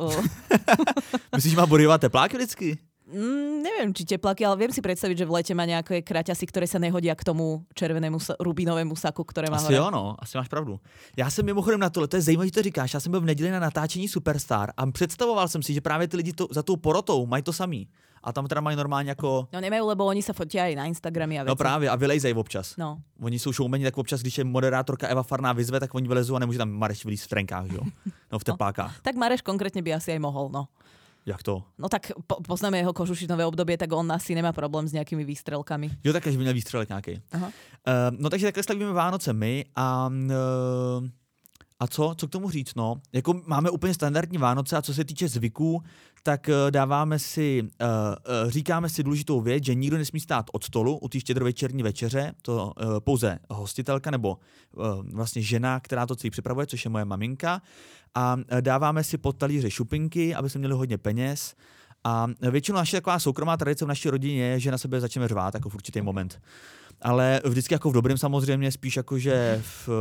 Myslíš, že má buriová tepláky vždycky? Neviem, či tepláky, ale viem si predstaviť, že v lete má nejaké kraťasy, ktoré sa nehodia k tomu červenému rubinovému saku, ktoré má asi hore. Jo, no, asi máš pravdu. Já jsem mimochodem na tohle, to je zajímavé, že to říkáš, já jsem byl v neděli na natáčení Superstar a představoval jsem si, že právě ty lidi za tou porotou mají to samý. A tam teda mají normálně jako... No nemajú, lebo oni sa fotia aj na Instagramy a veci. No právě, a vylejzají občas. No. Oni jsou showmeni, tak občas, když je moderátorka Eva Farná vyzve, tak oni vylezou a nemůže tam Mareš vylízt v trenkách, jo? No v teplákách. No, tak Mareš konkrétne by asi aj mohol, no. Jak to? No tak poznáme jeho kožušinové obdobie, tak on asi nemá problém s nejakými výstrelkami. Jo, tak až by měl výstřelek nějaký. No takže takhle slavíme Vánoce my a co k tomu říct, no? Jako máme úplně standardní Vánoce a co se týče zvyků, tak říkáme si důležitou věc, že nikdo nesmí stát od stolu u té štědrovečerní večeře, to pouze hostitelka nebo vlastně žena, která to celý připravuje, což je moje maminka. A dáváme si pod talíře šupinky, aby jsme měli hodně peněz. A většinou naše taková soukromá tradice v naší rodině je, že na sebe začneme řvát jako v určitý moment. Ale vždycky jako v dobrém samozřejmě, spíš jako, že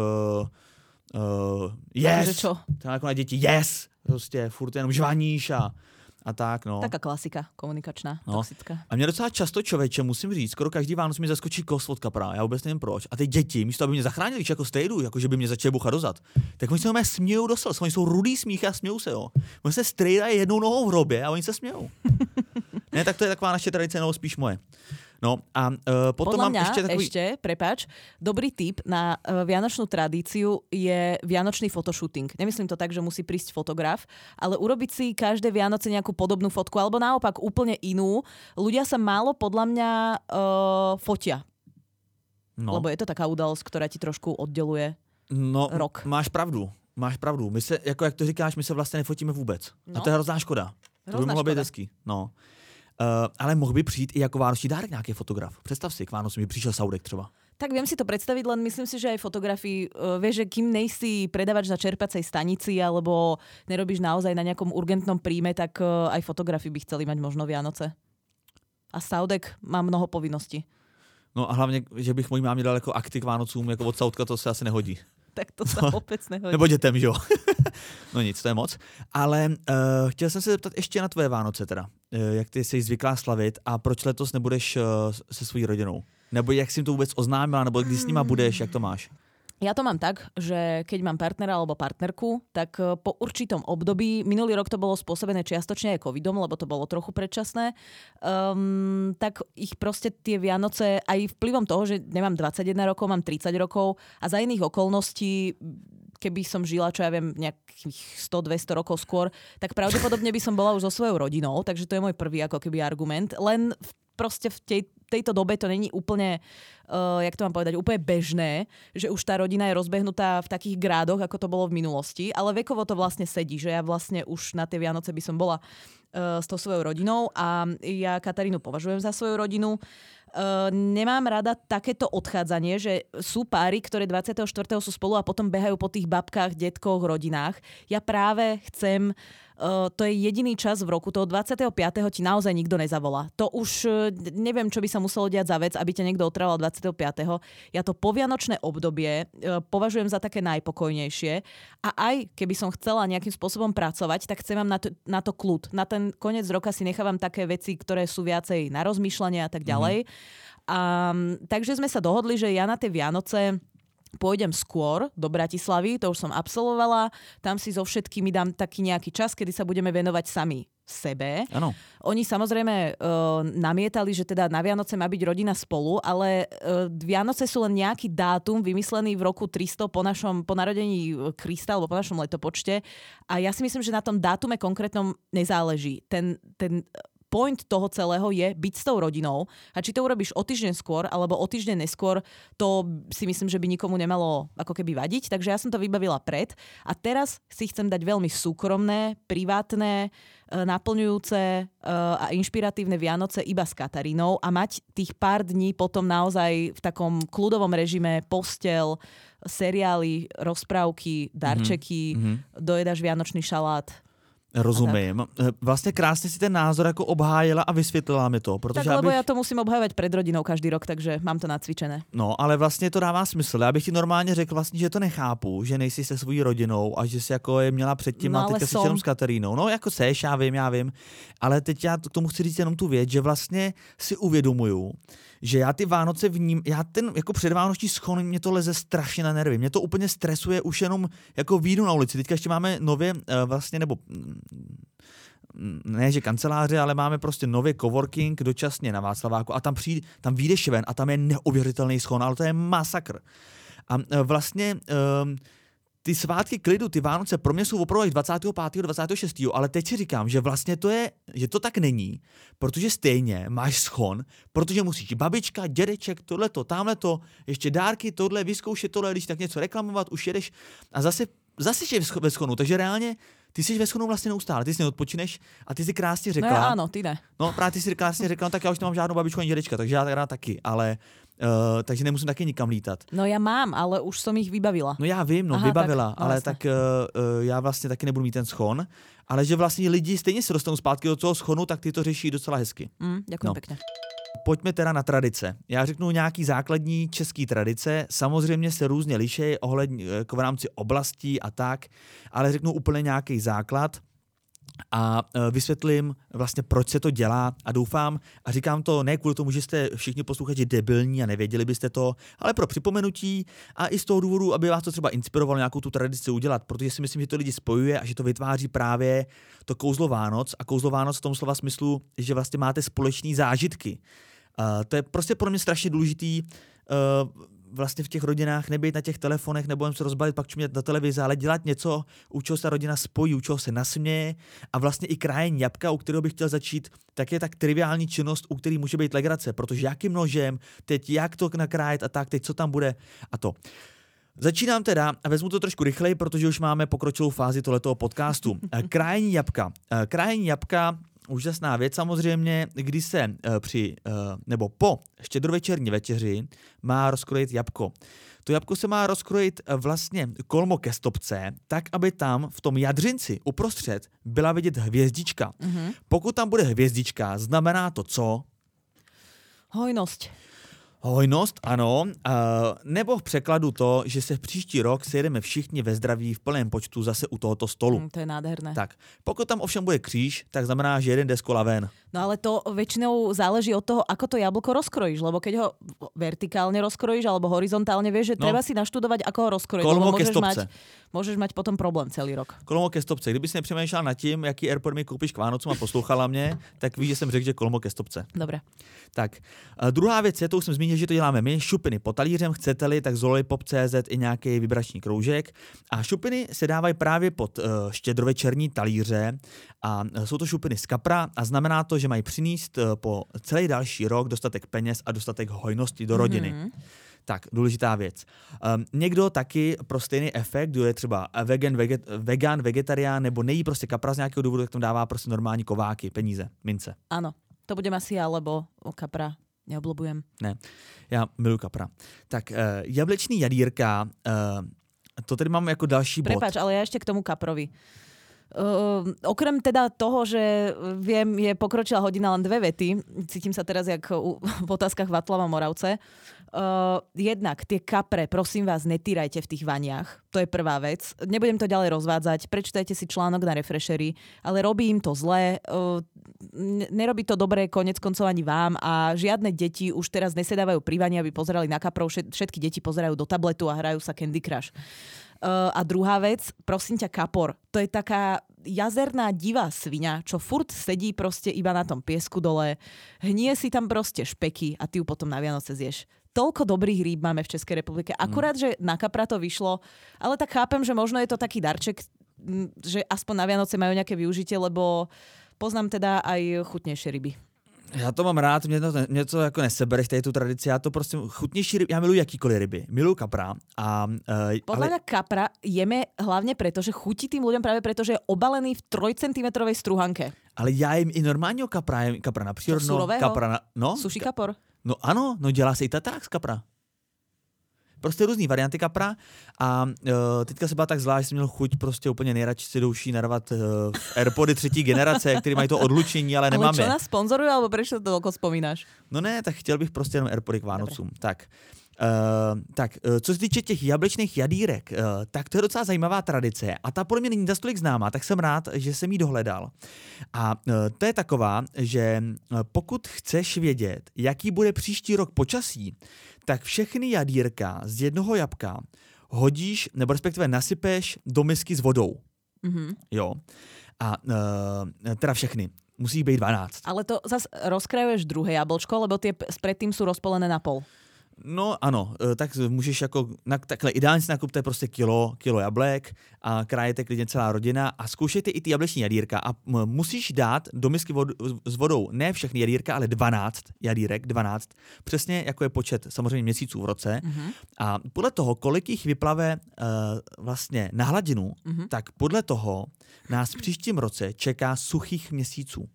yes! Čo? To jako na děti, yes! Prostě furt jenom žvaníš a tak, no. Taká klasika komunikačná, toxická. A mě docela často, člověče, musím říct, skoro každý Vánoc mi zaskočí kost od kapra, já vůbec nevím proč. A ty děti, místo aby mě zachránili, když jako stejdu, jako že by mě začali buchat dozad, tak oni se na mě smějou do slz, oni jsou rudý smích a smějou se, jo. Oni se strejdají jednou nohou v hrobě a oni se smějou. Ne, tak to je taková naše tradice, nebo spíš moje. No a potom podľa mám mňa ešte prepáč, dobrý tip na vianočnú tradíciu je vianočný fotoshooting. Nemyslím to tak, že musí prísť fotograf, ale urobiť si každé Vianoce nejakú podobnú fotku, alebo naopak úplne inú. Ľudia sa málo podľa mňa fotia. No. Lebo je to taká udalosť, ktorá ti trošku oddeluje rok. Máš pravdu. My se, jako jak to říkáš, my se vlastně nefotíme vůbec. No. A to je hrozná škoda. To by mohlo být hezký. No. Ale mohl by přijít i jako vánoční dárek nějaký fotograf. Představ si, k Vánocům by přišel Saudek třeba. Tak viem si to predstaviť, len myslím si, že aj fotografii, vieš, že kým nejsi predávač na čerpacej stanici alebo nerobíš naozaj na nejakom urgentnom príjme, tak aj fotografii by chceli mať možno Vianoce. A Saudek má mnoho povinností. No a hlavně, že bych mojí mámě dal jako akty k Vánocům, jako od Saudka, to se asi nehodí. Tak to sa vôbec nehodí. Nebo dětem, že jo? No nic, to je moc. Ale chtěl jsem se zeptat ještě na tvoje Vánoce teda. Jak ty jsi zvyklá slavit a proč letos nebudeš se svojí rodinou? Nebo jak jsi jim to vůbec oznámila, nebo kdy s nima budeš, jak to máš? Ja to mám tak, že keď mám partnera alebo partnerku, tak po určitom období, minulý rok to bolo spôsobené čiastočne aj covidom, lebo to bolo trochu predčasné, tak ich proste tie Vianoce aj vplyvom toho, že nemám 21 rokov, mám 30 rokov a za iných okolností, keby som žila, čo ja viem, nejakých 100-200 rokov skôr, tak pravdepodobne by som bola už so svojou rodinou, takže to je môj prvý ako keby argument. Len proste v tejto dobe to není úplne, jak to mám povedať, úplne bežné, že už tá rodina je rozbehnutá v takých grádoch, ako to bolo v minulosti, ale vekovo to vlastne sedí, že ja vlastne už na tie Vianoce by som bola s tou svojou rodinou a ja Katarínu považujem za svoju rodinu. Nemám rada takéto odchádzanie, že sú páry, ktoré 24. sú spolu a potom behajú po tých babkách, detkoch, rodinách. Ja práve chcem, to je jediný čas v roku, toho 25. ti naozaj nikto nezavolá. To už neviem, čo by sa muselo diať za vec, aby ťa niekto otravoval 25. Ja to povianočné obdobie považujem za také najpokojnejšie a aj keby som chcela nejakým spôsobom pracovať, tak chcem mám na to kľud. Na ten koniec roka si nechávam také veci, ktoré sú viacej na rozmýšľanie a tak ďalej. Takže sme sa dohodli, že ja na tie Vianoce pôjdem skôr do Bratislavy, to už som absolvovala, tam si so všetkými dám taký nejaký čas, kedy sa budeme venovať sami sebe. Ano. Oni samozrejme namietali, že teda na Vianoce má byť rodina spolu, ale Vianoce sú len nejaký dátum vymyslený v roku 300 po narodení Krista alebo po našom letopočte a ja si myslím, že na tom dátume konkrétnom nezáleží. Ten point toho celého je byť s tou rodinou a či to urobíš o týždeň skôr alebo o týždeň neskôr, to si myslím, že by nikomu nemalo ako keby vadiť, takže ja som to vybavila pred a teraz si chcem dať veľmi súkromné, privátne, naplňujúce a inšpiratívne Vianoce iba s Katarínou a mať tých pár dní potom naozaj v takom kľudovom režime, postel, seriály, rozprávky, darčeky, dojedáš vianočný šalát. Rozumím. Vlastně krásně si ten názor jako obhájila a vysvětlila mi to. Protože tak lebo ja to musím obhajovať pred rodinou každý rok, takže mám to nacvičené. No, ale vlastně to dává smysl. Já bych ti normálně řekl vlastně, že to nechápu, že nejsi se svojí rodinou a že jsi jako je měla předtím a teďka jsi jenom s Katarínou. No, jako seš, já vím. Ale teď já k tomu chci říct jenom tu věc, že vlastně si uvědomuju, že já ty Vánoce já ten jako předvánoční schon, mě to leze strašně na nervy. Mě to úplně stresuje už jenom jako výjdu na ulici. Teďka ještě máme nově vlastně, nebo ne, že kanceláře, ale máme prostě nový coworking dočasně na Václaváku a tam vyjdeš ven a tam je neuvěřitelný schon, ale to je masakr. A vlastně ty svátky klidu, ty Vánoce pro mě jsou opravdu 25. 26. Ale teď si říkám, že vlastně že to tak není, protože stejně máš schon, protože musíš babička, dědeček, tohleto, tamhleto, ještě dárky, tohle, vyzkoušet tohle, když tak něco reklamovat, už jedeš a zase jsi ve schonu, takže reálně ty jsi ve schonu vlastně neustále, ty si neodpočineš a ty si krásně řekla. No ano, ty ne. No právě ty si krásně řekla, no tak já už nemám žádnou babičku ani dědečka, takže já teda taky, ale takže nemusím taky nikam lítat. No já mám, ale už som ich vybavila. No já vím, vybavila, tak, ale tak já vlastně taky nebudu mít ten schon, ale že vlastně lidi stejně se dostanou zpátky do toho schonu, tak ty to řeší docela hezky. Děkuji pěkně. Pojďme teda na tradice. Já řeknu nějaký základní český tradice, samozřejmě se různě liší ohledně jako v rámci oblastí a tak, ale řeknu úplně nějaký základ a vysvětlím vlastně, proč se to dělá a doufám, a říkám to ne kvůli tomu, že jste všichni posluchači debilní a nevěděli byste to, ale pro připomenutí a i z toho důvodu, aby vás to třeba inspirovalo nějakou tu tradici udělat, protože si myslím, že to lidi spojuje a že to vytváří právě to kouzlo Vánoc a kouzlo Vánoc v tom slova smyslu, že vlastně máte společné zážitky. To je prostě pro mě strašně důležitý vlastně v těch rodinách nebejt na těch telefonech nebo jen se rozbalit, pak čumět na televizi, ale dělat něco, u čeho se rodina spojí, u čeho se nasměje a vlastně i krájení jablka, u kterého bych chtěl začít, tak je tak triviální činnost, u který může být legrace, protože jakým nožem, teď jak to nakrájet a tak, teď co tam bude a to. Začínám teda a vezmu to trošku rychleji, protože už máme pokročilou fázi tohletoho podcastu. Krájení jablka. Krájení jablka úžasná věc samozřejmě, kdy se nebo po štědrovečerní večeři má rozkrojit jabko. To jabko se má rozkrojit vlastně kolmo ke stopce, tak, aby tam v tom jadřinci uprostřed byla vidět hvězdička. Pokud tam bude hvězdička, znamená to co? Hojnosť. Hojnost, ano, nebo v překladu to, že se v příští rok sejdeme všichni ve zdraví v plném počtu zase u tohoto stolu. To je nádherné. Tak, pokud tam ovšem bude kříž, tak znamená, že jeden jde z kola ven. No ale to väčšinou záleží od toho, ako to jablko rozkrojíš, lebo keď ho vertikálne rozkrojíš alebo horizontálne, vieš, že treba si naštudovať, ako ho rozkrojiť, lebo môžeš mať potom problém celý rok. Kolmo ke stopce. Kdyby si nepřemýšlela nad tím, jaký AirPod mi koupíš k Vánocům a poslouchala mě, tak víš, že jsem řekl, že kolmo ke stopce. Dobre. Tak, druhá věc je, to už jsem zmínil, že to děláme my, šupiny pod talířem, chcete-li, tak z lollipop.cz i nějaký vibrační kroužek. A šupiny se dávají právě pod štědrovečerní talíře a jsou to šupiny z kapra a znamená to, že mají přinést po celý další rok dostatek peněz a dostatek hojnosti do rodiny. Tak, důležitá věc. Někdo taky pro stejný efekt, kdo je třeba vegan, vegetarián nebo nejí prostě kapra z nějakého důvodu, tak tam dává prostě normální kováky, peníze, mince. Áno, to budem asi ja, lebo kapra neoblobujem. Ne, já miluji kapra. Tak jablečný jadírka, to tady mám jako další bod. Prepáč, ale ja ešte k tomu kaprovi. Okrem teda toho, že viem, je pokročila hodina len 2 vety, cítim sa teraz jak v otázkach Václava Moravce. Jednak tie kapre, prosím vás, netýrajte v tých vaniach. To je prvá vec. Nebudem to ďalej rozvádzať. Prečítajte si článok na Refreshery, ale robí im to zle. Nerobí to dobre konec koncov ani vám a žiadne deti už teraz nesedávajú pri vani, aby pozerali na kaprov. Všetky deti pozerajú do tabletu a hrajú sa Candy Crush. A druhá vec, prosím ťa, kapor. To je taká jazerná divá sviňa, čo furt sedí proste iba na tom piesku dole, hnie si tam proste špeky a ty ju potom na Vianoce zješ. Toľko dobrých rýb máme v Českej republike. Akurát, že na kapra to vyšlo, ale tak chápem, že možno je to taký darček, že aspoň na Vianoce majú nejaké využitie, lebo poznám teda aj chutnejšie ryby. Já to mám rád, mě to jako nesebereš tady tu tradici, já to prostě chutnější ryby, já miluji jakýkoliv ryby, miluji kapra. Podľa mňa kapra jeme hlavne preto, že chutí tým ľuďom práve preto, že je obalený v 3 cm strúhanke. Ale já jim i normálního kapra, jim kapra na přírodno, kapra na... No, sushi kapor? No ano, no dělá se i taták z kapra. Prostě různý varianty kapra a teďka se byla tak zvlášť, že jsem měl chuť prostě úplně nejradši si douší narvat AirPody 3. generace, který mají to odlučení, ale nemáme. Ale čo nás sponzorujú, alebo prečo to toľko spomínáš? No ne, tak chtěl bych prostě jenom AirPody k Vánocům. Tak, co se týče těch jablečných jadírek, tak to je docela zajímavá tradice a ta podle mě není dost tolik známá, tak jsem rád, že jsem ji dohledal. A to je taková, že pokud chceš vědět, jaký bude příští rok počasí, tak všechny jadírka z jednoho jabka hodíš, nebo respektive nasypeš do misky s vodou. Jo. A teda všechny. Musí být 12. Ale to zase rozkrajuješ druhé jablčko, lebo tie predtým sú rozpolené na pol. No ano, tak můžeš jako, takhle ideálně si nakupte prostě kilo jablek a krajete klidně celá rodina a zkoušejte i ty jableční jadírka a musíš dát do misky s vodou ne všechny jadírka, ale 12 jadírek, 12, přesně jako je počet samozřejmě měsíců v roce a podle toho, kolik jich vyplave vlastně na hladinu, tak podle toho nás v příštím roce čeká suchých měsíců.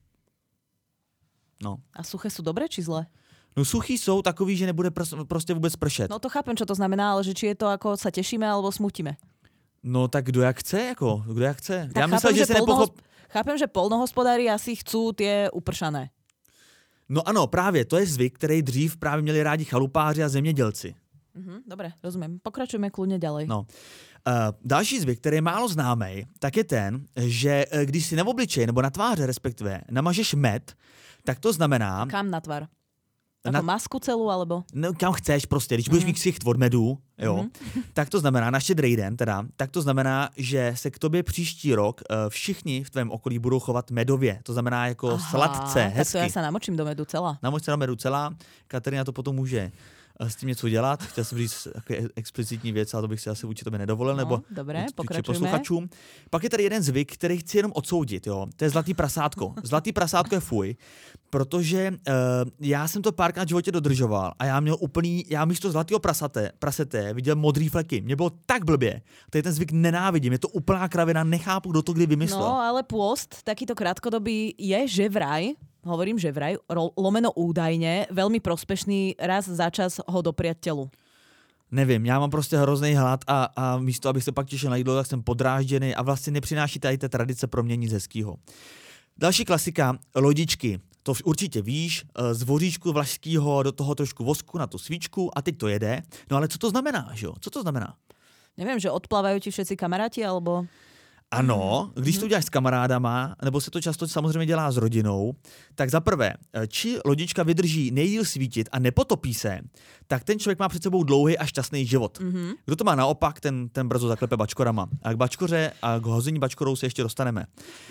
No. A suché sú dobré či zlé? No suchý jsou takový, že nebude prostě vůbec pršet. No to chápem, čo to znamená, ale že či je to ako sa tešíme alebo smutíme. No tak kdo jak chce, jako, kdo jak chce. Tak já myslel, že se Chápem, že polnohospodári asi chcú tie upršané. No ano, právě, to je zvyk, který dřív právě měli rádi chalupáři a zemědělci. Dobre, rozumím. Pokračujeme kľudne ďalej. No. Další zvyk, který je málo známý, tak je ten, že když si na obličej nebo na tváře respektive namažeš med, tak to znamená... Kam na tvár? Ako masku celú, alebo? No, kam chceš prostě, když budeš mít ksicht od medu, jo, tak to znamená, na Štědrý den teda, tak to znamená, že se k tobě příští rok všichni v tvém okolí budou chovat medově. To znamená jako sladce, hezky. Tak to já se namočím do medu celá. Namoč se do medu celá, Kateřina to potom může s tím něco dělat. Chtěl jsem říct explicitní věc, ale to bych si asi vůči tobě nedovolil, nebo dobré, posluchačům. Pak je tady jeden zvyk, který chci jenom odsoudit. Jo? To je zlatý prasátko. Zlatý prasátko je fuj, protože já jsem to párkrát v životě dodržoval a já místo zlatého prasete viděl modrý fleky. Mě bylo tak blbě. Tady ten zvyk nenávidím. Je to úplná kravina, nechápu, kdo to kdy vymyslel. No, ale pôst, takýto krátkodobý je, že vraj, hovorím, že vraj, lomeno údajne, veľmi prospešný, raz za čas ho dopriať telu. Nevím, já mám prostě hrozný hlad a místo, abych se pak těšil na jídlo, tak jsem podrážděný a vlastně nepřináší tady té tradice pro mě nic hezkýho. Další klasika, lodičky. To určitě víš, z voříčku vlašského do toho trošku vosku na tu svíčku a teď to jede. No ale co to znamená, že jo? Co to znamená? Nevím, že odplávají ti všetci kamaráti, alebo... Ano, když to děláš s kamarádama, nebo se to často samozřejmě dělá s rodinou, tak za prvé, či lodička vydrží nejdýl svítit a nepotopí se, tak ten člověk má před sebou dlouhý a šťastný život. Kdo to má naopak, ten brzo zaklepe bačkorama. A k bačkoře a k hození bačkorou se ještě dostaneme.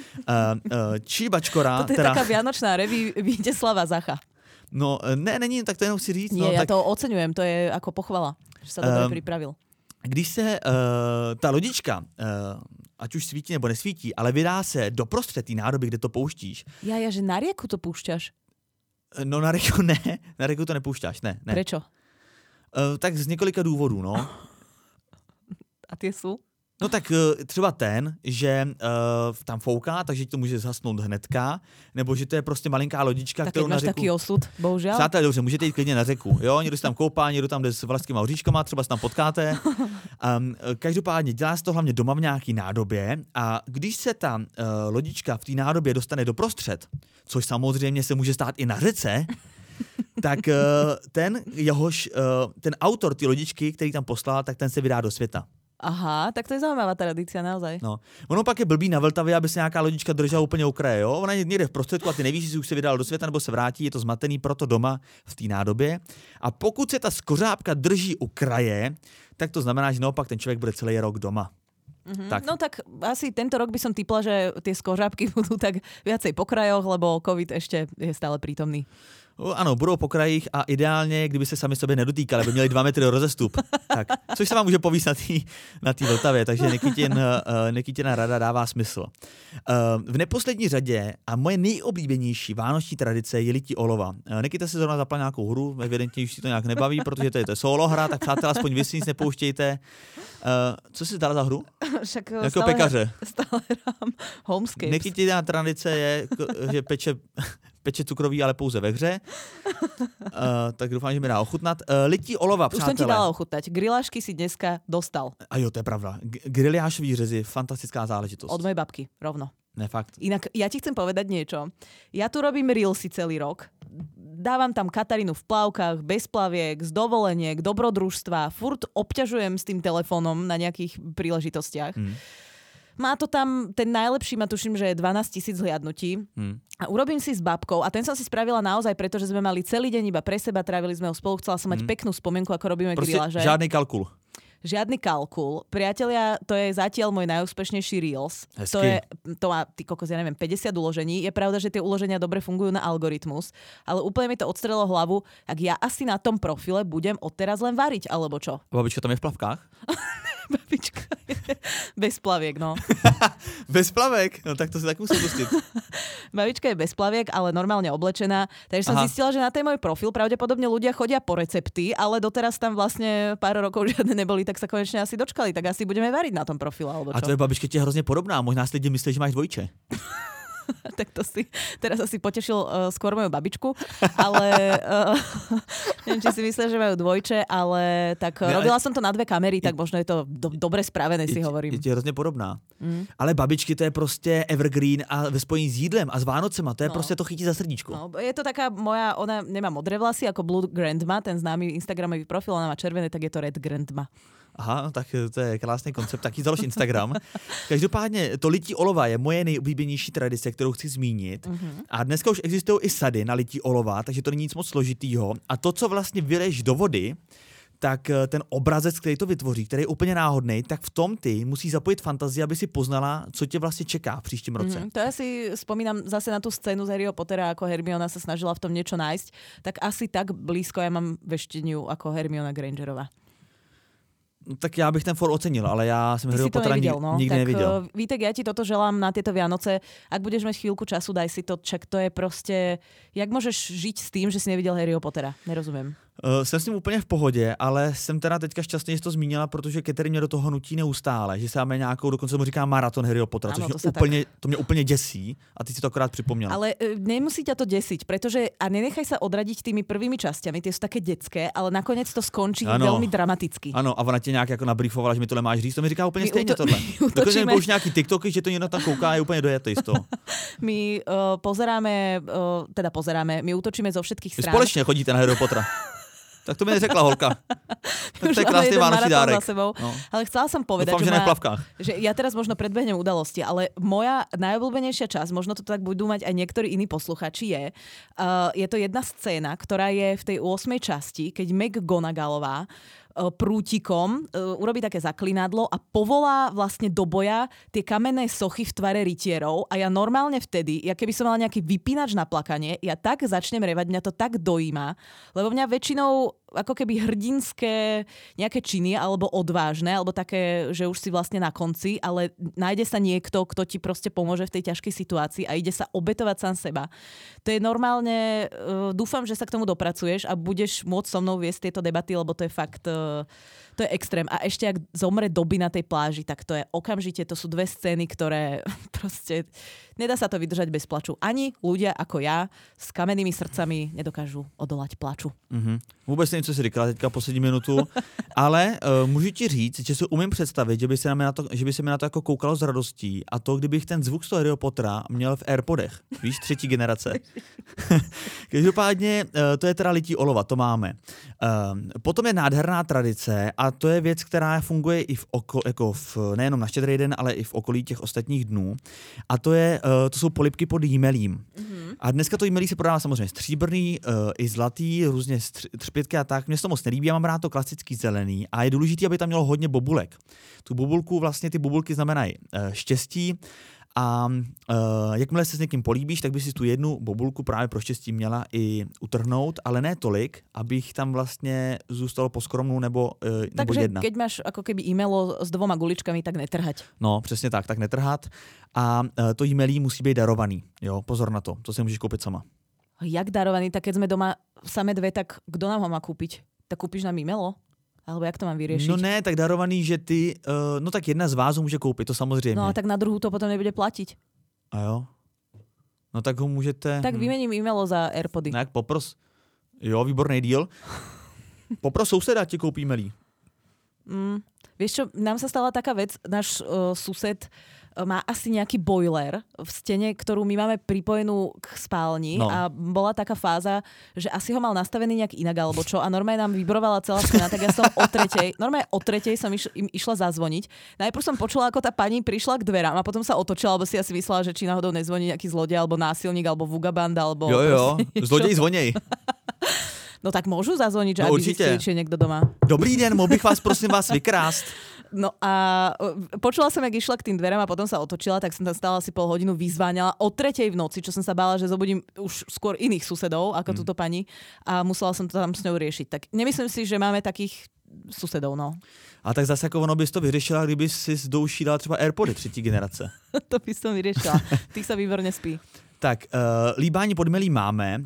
Či bačkora... To je taká vianočná reví Vítězslava Zacha. No, ne, není, tak to jenom chci říct. Nie, no, ja tak... to oceňujem, to je ako pochvala, že sa dobre pripravil. Když se ta lodička, ať už svítí nebo nesvítí, ale vydá se doprostřed té nádoby, kde to pouštíš. Ja, že na rieku to púšťaš. No na rieku ne, na rieku to nepoušťáš, ne. Prečo? Tak z několika důvodů, no. A tie sú? No tak třeba ten, že tam fouká, takže ti to může zhasnout hnedka, nebo že to je prostě malinká lodička, tak kterou na řeku... Tak taký osud, bohužel. Přátelé, dobře, můžete jít klidně na řeku, jo? Někdo si tam koupá, někdo tam jde s vlašskýma hoříčkama, třeba se tam potkáte. Každopádně dělá se to hlavně doma v nějaký nádobě a když se ta lodička v té nádobě dostane doprostřed, což samozřejmě se může stát i na řece, tak ten autor té lodičky, který tam poslal, tak ten se vydá do světa. Aha, tak to je zaujímavá tradícia, naozaj. No. Ono pak je blbý na Vltavě, aby se nějaká lodička držela úplně u kraje, jo? Ona někde v prostředku a ty nevíš, jestli už se vydala do světa nebo se vrátí, je to zmatený, proto doma v té nádobě. A pokud se ta skořápka drží u kraje, tak to znamená, že naopak ten člověk bude celý rok doma. Tak. No tak asi tento rok by som tipla, že tie skořápky budú tak viacej po krajoch, lebo COVID ešte je stále prítomný. Ano, budou po krajích a ideálně, kdyby se sami sobě nedotýkali, aby měli 2 metry rozestup. Tak, což se vám může povíst na té Vltavě, takže Nikitina rada dává smysl. V neposlední řadě a moje nejoblíbenější vánoční tradice je lití olova. Nikita si zrovna zapla nějakou hru, evidentně už si to nějak nebaví, protože to je solo hra, tak přátelé, aspoň vy si nic nepouštějte. Co jsi dala za hru? Však jako pekaře. Stále hrám Homescapes. Nikitina tradice je, že peče cukroví, ale pouze ve hře. Tak doufám, že mi dá ochutnat. Lití olova, přátelé. Už jsem ti dala ochutnať. Grilášky si dneska dostal. A jo, to je pravda. Griliášový řezy, fantastická záležitost. Od mojej babky, rovno. Ne, fakt. Inak ja ti chcem povedať niečo. Ja tu robím reelsy celý rok. Dávam tam Katarínu v plavkách, bez plaviek, z dovoleniek, dobrodružstva. Furt obťažujem s tým telefónom na nejakých príležitostiach. Má to tam, ten najlepší, ma tuším, že je 12 000 zhliadnutí. A urobím si s babkou, a ten som si spravila naozaj, pretože sme mali celý deň iba pre seba, trávili sme ho spolu, chcela som mať peknú spomienku, ako robíme grilaže. Žiadny kalkul. Žiadny kalkul. Priatelia, to je zatiaľ môj najúspešnejší Reels. Hezky. To má, ty kokos, ja neviem, 50 uložení. Je pravda, že tie uloženia dobre fungujú na algoritmus, ale úplne mi to odstrelilo hlavu, ak ja asi na tom profile budem odteraz len variť, alebo čo? Babička tam je v plavkách? Babička je bez plaviek, no. Bez plavek? No tak to si tak musím pustiť. Babička je bez plaviek, ale normálne oblečená. Takže som zistila, že na ten môj profil pravdepodobne ľudia chodia po recepty, ale doteraz tam vlastne pár rokov žiadne neboli, tak sa konečne asi dočkali. Tak asi budeme variť na tom profile, alebo čo? A tvoje babička ti je hrozně podobná. Možná si lidi myslí, že máš dvojče. Tak to si teraz asi potešil skôr moju babičku, ale neviem, či si myslia, že majú dvojče, ale tak robila som to na 2 kamery, tak možno je to dobre spravené, si hovorím. Je ti hrozně podobná. Ale babičky, to je prostě evergreen a ve spojení s jídlem a s Vánocema, to je prostě to chytí za srdíčko. No, je to taká moja, ona nemá modré vlasy ako Blue Grandma, ten známy instagramový profil, ona má červené, tak je to Red Grandma. Aha, tak to je krásný koncept, taky založ Instagram. Každopádně to lití olova je moje nejoblíbenější tradice, kterou chci zmínit. A dneska už existují i sady na lití olova, takže to není nic moc složitýho. A to, co vlastně vyleješ do vody, tak ten obrazec, který to vytvoří, který je úplně náhodný, tak v tom ty musí zapojit fantazii, aby si poznala, co tě vlastně čeká v příštím roce. To ja si spomínam zase na tú scénu z Harryho Pottera, ako Hermiona sa snažila v tom niečo nájsť, tak asi tak blízko ja mám vešteniu ako Hermiona Grangerová. Tak já bych ten for ocenil, ale já jsem Harryho Pottera nikdy neviděl. Vítek, ja ti toto želám na tieto Vianoce. Ak budeš mať chvíľku času, daj si to, čak to je proste... Jak môžeš žiť s tým, že si neviděl Harryho Pottera? Nerozumím. Jsem s ním úplně v pohodě, ale jsem teda teďka šťastný, že jsi to zmínila, protože Catherine mě do toho nutí neustále, že se máme nějakou, dokonce mu říká maraton Harryho Pottera, ano, což to mě úplně děsí a ty si to akorát připomněla. Ale nemusí ťa to desiť, pretože a nenechaj sa odradiť tými prvými časťami, tie sú také detské, ale nakoniec to skončí veľmi dramaticky. Ano, a ona tě nějak jako nabriefovala, že mi tohle máš říct, to mi říká úplně stejně tohle. Dokonce mi použít nějaký TikToky, že to někdo tam kouká a je úplně dojetý z toho. My my útočíme zo všetkých strán. Vy společně chodíte na Harryho Pottera. Tak to mi neřekla holka. Tak to je krásný vánočný dárek. No. Ale chcela som povedať, dúfam, že ja teraz možno predbehnem udalosti, ale moja najobľúbenejšia časť, možno to tak budú mať aj niektorí iní posluchači, je to jedna scéna, ktorá je v tej 8. časti, keď McGonagallová prútikom urobí také zaklinadlo a povolá vlastne do boja tie kamenné sochy v tvare rytierov a ja normálne vtedy, ja keby som mala nejaký vypínač na plakanie, ja tak začnem revať, mňa to tak dojíma, lebo mňa väčšinou ako keby hrdinské nejaké činy alebo odvážne, alebo také, že už si vlastne na konci, ale nájde sa niekto, kto ti proste pomôže v tej ťažkej situácii a ide sa obetovať sám seba. To je normálne, dúfam, že sa k tomu dopracuješ a budeš môcť so mnou viesť tieto debaty, lebo to je fakt, to je extrém. A ešte ak zomre Dobby na tej pláži, tak to je okamžite, to sú dve scény, ktoré proste, nedá sa to vydržať bez plaču. Ani ľudia ako ja s kamennými srdcami nedokážu odolať plaču. Vůbec nevím, co jsi říkala teďka poslední minutu, ale můžu ti říct, že si umím představit, že by se mi na to jako koukalo s radostí a to, kdybych ten zvuk z toho Harryho Pottera měl v AirPodech, víš, 3. generace. Každopádně to je teda lití olova, to máme. Potom je nádherná tradice a to je věc, která funguje i nejenom na Štědrý den, ale i v okolí těch ostatních dnů. A to jsou polibky pod jímelím. A dneska to jímelí se prodává samozřejmě stříbrný, i zlatý, různě třpětky a tak. Mně se to moc nelíbí, já mám rád to klasický zelený a je důležité, aby tam mělo hodně bobulek. Ty bobulky znamenají štěstí a jakmile se s někým políbíš, tak by si tu jednu bobulku právě pro štěstí měla i utrhnout, ale ne tolik, abych tam vlastně zůstalo po skromnu nebo jedna. Takže keď máš ako keby e-mailo s 2 guličkami, tak netrhať. No, přesně tak netrhat. A to e-mailí musí být darovaný. Jo, pozor na to si můžeš koupit sama. Jak darovaný? Tak keď sme doma same dve, tak kto nám ho má kúpiť? Tak kúpiš nám e-mailo? Alebo jak to mám vyriešiť? No ne, tak darovaný, že ty, no tak jedna z vás ho může koupit, to samozřejmě. No a tak na druhou to potom nebude platiť. A jo? No tak ho můžete... Tak vymením e-mailo za AirPody. No jak popros. Jo, výborný díl. Popros souseda ti koupí e-mailí. Vieš čo, nám sa stala taká vec, náš sused má asi nejaký boiler v stene, ktorú my máme pripojenú k spálni a bola taká fáza, že asi ho mal nastavený nejak inak alebo čo a normálne nám vybrovala celá stena, tak ja som o tretej som im išla zazvoniť. Najprv som počula, ako tá pani prišla k dverám a potom sa otočila, lebo si asi myslela, že či náhodou nezvoní nejaký zlodej alebo násilník alebo vugabanda alebo... Jo, zlodej zvonej. No tak môžu zazvoniť, že aby zistili, či je niekto doma. Dobrý den, mohl bych vás prosím vás vykrást. No a počula som, jak išla k tým dverám a potom sa otočila, tak som tam stála asi pol hodinu, vyzváňala o 3:00 v noci, čo som sa bála, že zobudím už skôr iných susedov ako túto pani a musela som to tam s ňou riešiť. Tak nemyslím si, že máme takých susedov, no. A tak zase jako ono bys to vyřešila, kdyby si z douší dala třeba AirPody 3. generace. To bys som vyriešila. Tých sa výborne spí. Tak, líbání podmelí máme.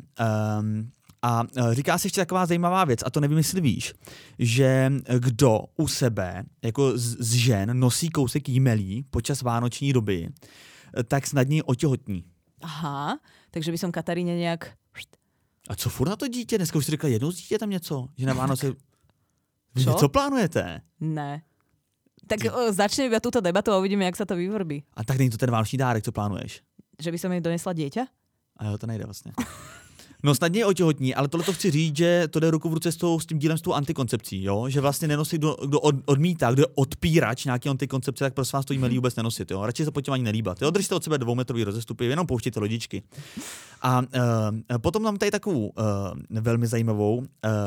A říká se ještě taková zajímavá věc, a to nevím, jestli víš, že kdo u sebe jako z žen nosí kousek jímelí počas vánoční doby, tak snadněji otěhotní. Aha, takže by som Kataríne nejak... A co furt na to dítě? Dneska už jsi řekla jednou s dítětem něco? Že na Vánoce... Co plánujete? Ne. Tak začneme iba túto debatu a uvidíme, jak sa to vyvrbí. A tak není to ten vánoční dárek, co plánuješ? Že by som jej donesla dieťa? A jo, to nejde vlastně. No snadně otěhotní, ale tohle to chci říct, že to jde ruku v ruce s tím dílem s tou antikoncepcí, jo? Že vlastně nenosí, kdo odmítá, kdo je odpírač nějaký antikoncepce, tak prosím vás to jí vůbec nenosit, jo? Radši se po těm ani nelíbat. Jo? Držte od sebe 2metrový rozestupy, jenom pouštějte lodičky. A potom mám tady takovou velmi zajímavou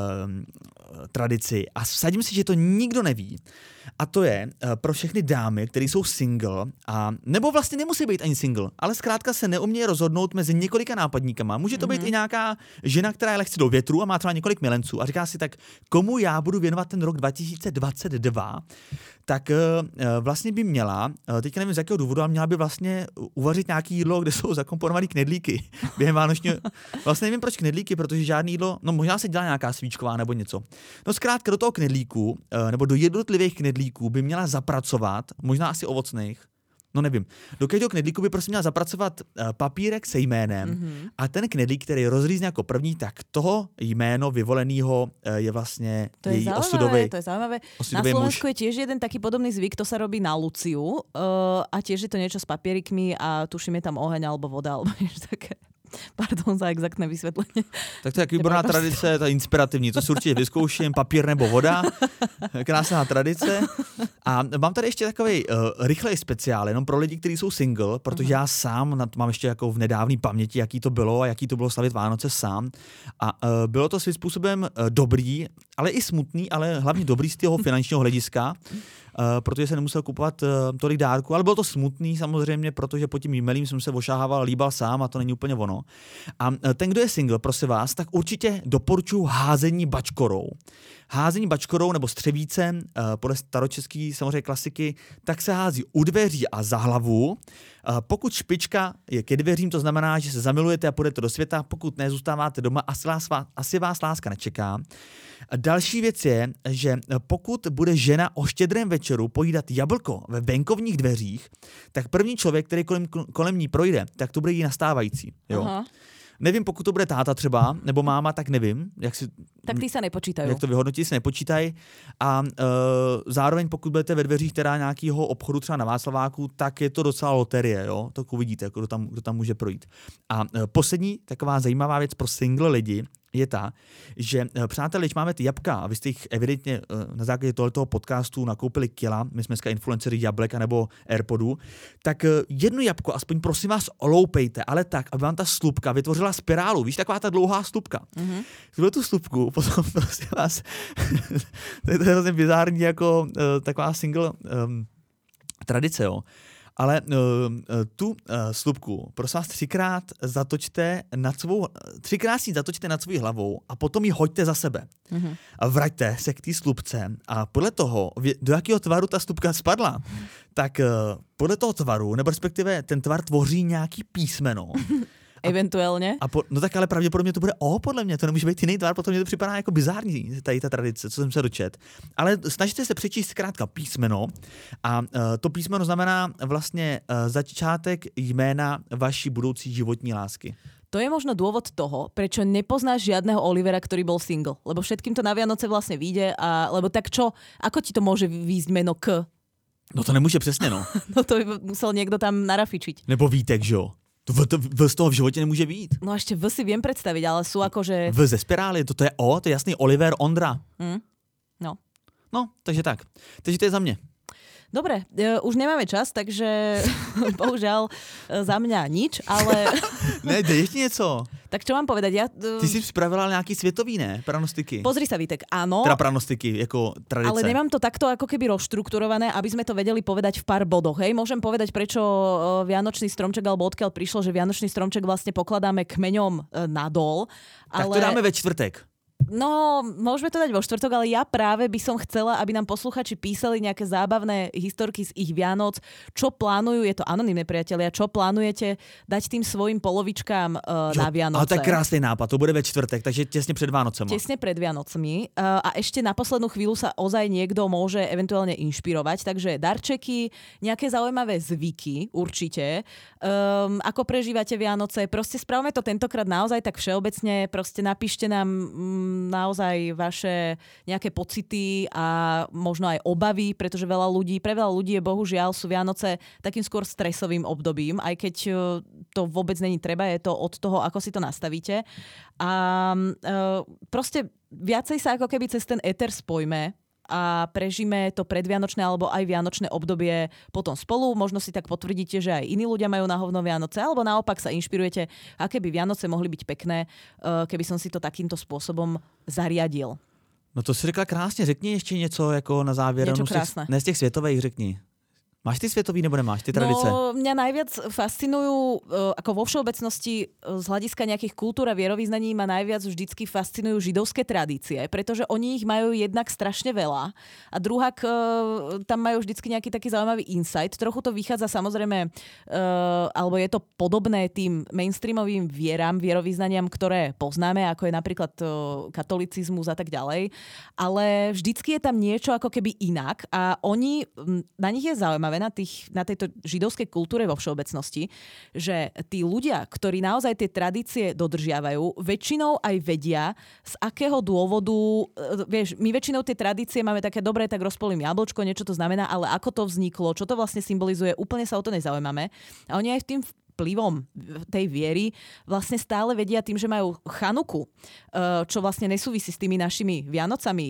tradici a vsadím si, že to nikdo neví. A to je pro všechny dámy, které jsou single, a nebo vlastně nemusí být ani single, ale zkrátka se neumějí rozhodnout mezi několika nápadníkama. Může to být i nějaká žena, která je lehce do větru a má třeba několik milenců a říká si tak, komu já budu věnovat ten rok 2022, tak vlastně by měla, teďka nevím z jakého důvodu, ale měla by vlastně uvařit nějaký jídlo, kde jsou zakomponovaný knedlíky během vánočního. Vlastně nevím proč knedlíky, protože žádný jídlo, no možná se dělá nějaká svíčková nebo něco. No zkrátka do toho knedlíku, nebo do jednotlivých knedlíků by měla zapracovat, možná asi ovocných, no nevím, do každého knedlíku by prostě měla zapracovat papírek se jménem a ten knedlík, který rozřízne jako první, tak toho jméno vyvoleného je vlastně její osudový. To je zaujímavé. Na Slovensku je tiež jeden taký podobný zvyk, to sa robí na Luciu a tiež je to niečo s papierikmi a tuším je tam oheň alebo voda alebo niečo také. Pardon za exaktné vysvětlení. Tak to je jak výborná tradice, ta inspirativní, to si určitě vyzkouším, papír nebo voda, krásná tradice. A mám tady ještě takový rychlej speciál, jenom pro lidi, kteří jsou single, protože já sám mám ještě jako v nedávné paměti, jaký to bylo a jaký to bylo slavit Vánoce sám. A bylo to svým způsobem dobrý, ale i smutný, ale hlavně dobrý z toho finančního hlediska, protože se nemusel kupovat tolik dárků, ale bylo to smutný samozřejmě, protože pod tím jmelím jsem se ošahával, líbal sám a to není úplně ono. A ten, kdo je single, prosím vás, tak určitě doporučuji házení bačkorou. Házení bačkorou nebo střevícem, podle staročeský samozřejmě klasiky, tak se hází u dveří a za hlavu. Pokud špička je ke dveřím, to znamená, že se zamilujete a půjdete do světa, pokud ne, zůstáváte doma, asi vás láska nečeká. Další věc je, že pokud bude žena o štědrém večeru pojídat jablko ve venkovních dveřích, tak první člověk, který kolem ní projde, tak to bude jí nastávající. Jo? Aha. Nevím, pokud to bude táta třeba, nebo máma, tak nevím. Tak ty se nepočítají. Jak to vyhodnotí, se nepočítají. A zároveň, pokud budete ve dveřích teda nějakého obchodu třeba na Václaváku, tak je to docela loterie, jo? To uvidíte, kdo tam může projít. A poslední taková zajímavá věc pro single lidi je ta, že přátelé, když máme ty jabka, a vy jste jich evidentně na základě tohoto podcastu nakoupili kila, my jsme dneska influencery jablek nebo AirPodů, tak jedno jabko aspoň prosím vás oloupejte, ale tak, aby vám ta slupka vytvořila spirálu. Víš, taková ta dlouhá slupka. Mm-hmm. Tu slupku potom prosím vás, to je hrozně bizární jako taková single tradice, jo. Ale tu slupku, prosím vás, třikrát si ji zatočte nad svou hlavou a potom ji hoďte za sebe. Mm-hmm. A vraťte se k té slupce a podle toho, do jakého tvaru ta slupka spadla, tak podle toho tvaru, nebo respektive ten tvar tvoří nějaký písmeno. Eventuálně. No tak ale pravděpodobně to bude podle mě, to nemůže být jiný tvar, protože to připadá jako bizární, tady ta tradice, co jsem se dočet. Ale snažte se přečíst zkrátka písmeno a to písmeno znamená vlastně začátek jména vaší budoucí životní lásky. To je možno dôvod toho, prečo nepoznáš žiadneho Olivera, ktorý bol single. Lebo všetkým to na Vianoce vlastne vyjde lebo tak čo, ako ti to môže výjsť meno K? No to nemůže přesně, no. No to by musel niekto tam narafičiť. Nebo Vítek, že jo? V z toho v životě nemůže být. No ještě V si viem predstaviť, ale sú akože... V ze spirály, to je O, to je jasný Oliver Ondra. No, takže tak. Takže to je za mě. Dobre, už nemáme čas, takže bohužiaľ za mňa nič, ale... Ne, dej ešte něco. Tak čo mám povedať? Ty si spravila nejaký svetový, ne? Pranostiky. Pozri sa, Vítek, áno. Teda pranostiky, ako tradice. Ale nemám to takto ako keby rozštrukturované, aby sme to vedeli povedať v pár bodoch. Hej? Môžem povedať, prečo Vianočný stromček, alebo odkiaľ prišlo, že Vianočný stromček vlastne pokladáme kmeňom nadol. Tak to dáme ve čtvrtek. No, môžeme to dať vo štvrtok, ale ja práve by som chcela, aby nám posluchači písali nejaké zábavné historky z ich Vianoc, čo plánujú, je to anonymné priatelia, čo plánujete dať tým svojim polovičkám na Vianoce. Ale to je krásny nápad, to bude ve čtvrtek, takže tesne pred Vánocemi. Tesne pred Vianocmi. A ešte na poslednú chvíľu sa ozaj niekto môže eventuálne inšpirovať, takže darčeky, nejaké zaujímavé zvyky, určite. Ako prežívate Vianoce, proste spravme to tentokrát naozaj tak všeobecne, proste napíšte nám naozaj vaše nejaké pocity a možno aj obavy, pretože pre veľa ľudí je bohužiaľ sú Vianoce takým skôr stresovým obdobím, aj keď to vôbec není treba, je to od toho, ako si to nastavíte. A proste viacej sa ako keby cez ten éter spojme a prežíme to predvianočné alebo aj vianočné obdobie potom spolu. Možno si tak potvrdíte, že aj iní ľudia majú na hovno Vianoce, alebo naopak sa inšpirujete, aké by Vianoce mohli byť pekné, keby som si to takýmto spôsobom zariadil. No to si řekla krásně. Řekni ještě něco jako na závěr. Něco krásné. Ne z těch světových, řekni. Máš ty světový nebo nemáš ty tradice? No, mňa najviac fascinujú, ako vo všeobecnosti z hľadiska nejakých kultúr a vierovýznaní ma najviac vždycky fascinujú židovské tradície, pretože oni ich majú jednak strašne veľa a druhak tam majú vždycky nejaký taký zaujímavý insight. Trochu to vychádza samozrejme, alebo je to podobné tým mainstreamovým vierovýznaniam, ktoré poznáme, ako je napríklad katolicizmus a tak ďalej, ale vždycky je tam niečo ako keby inak a na nich je zaujímavé na tejto židovskej kultúre vo všeobecnosti, že tí ľudia, ktorí naozaj tie tradície dodržiavajú, väčšinou aj vedia, z akého dôvodu, vieš, my väčšinou tie tradície máme také, dobre, tak rozpoliem jablčko, niečo to znamená, ale ako to vzniklo, čo to vlastne symbolizuje, úplne sa o to nezaujímame. A oni aj v tým vplyvom tej viery vlastne stále vedia tým, že majú Chanuku, čo vlastne nesúvisí s tými našimi Vianocami.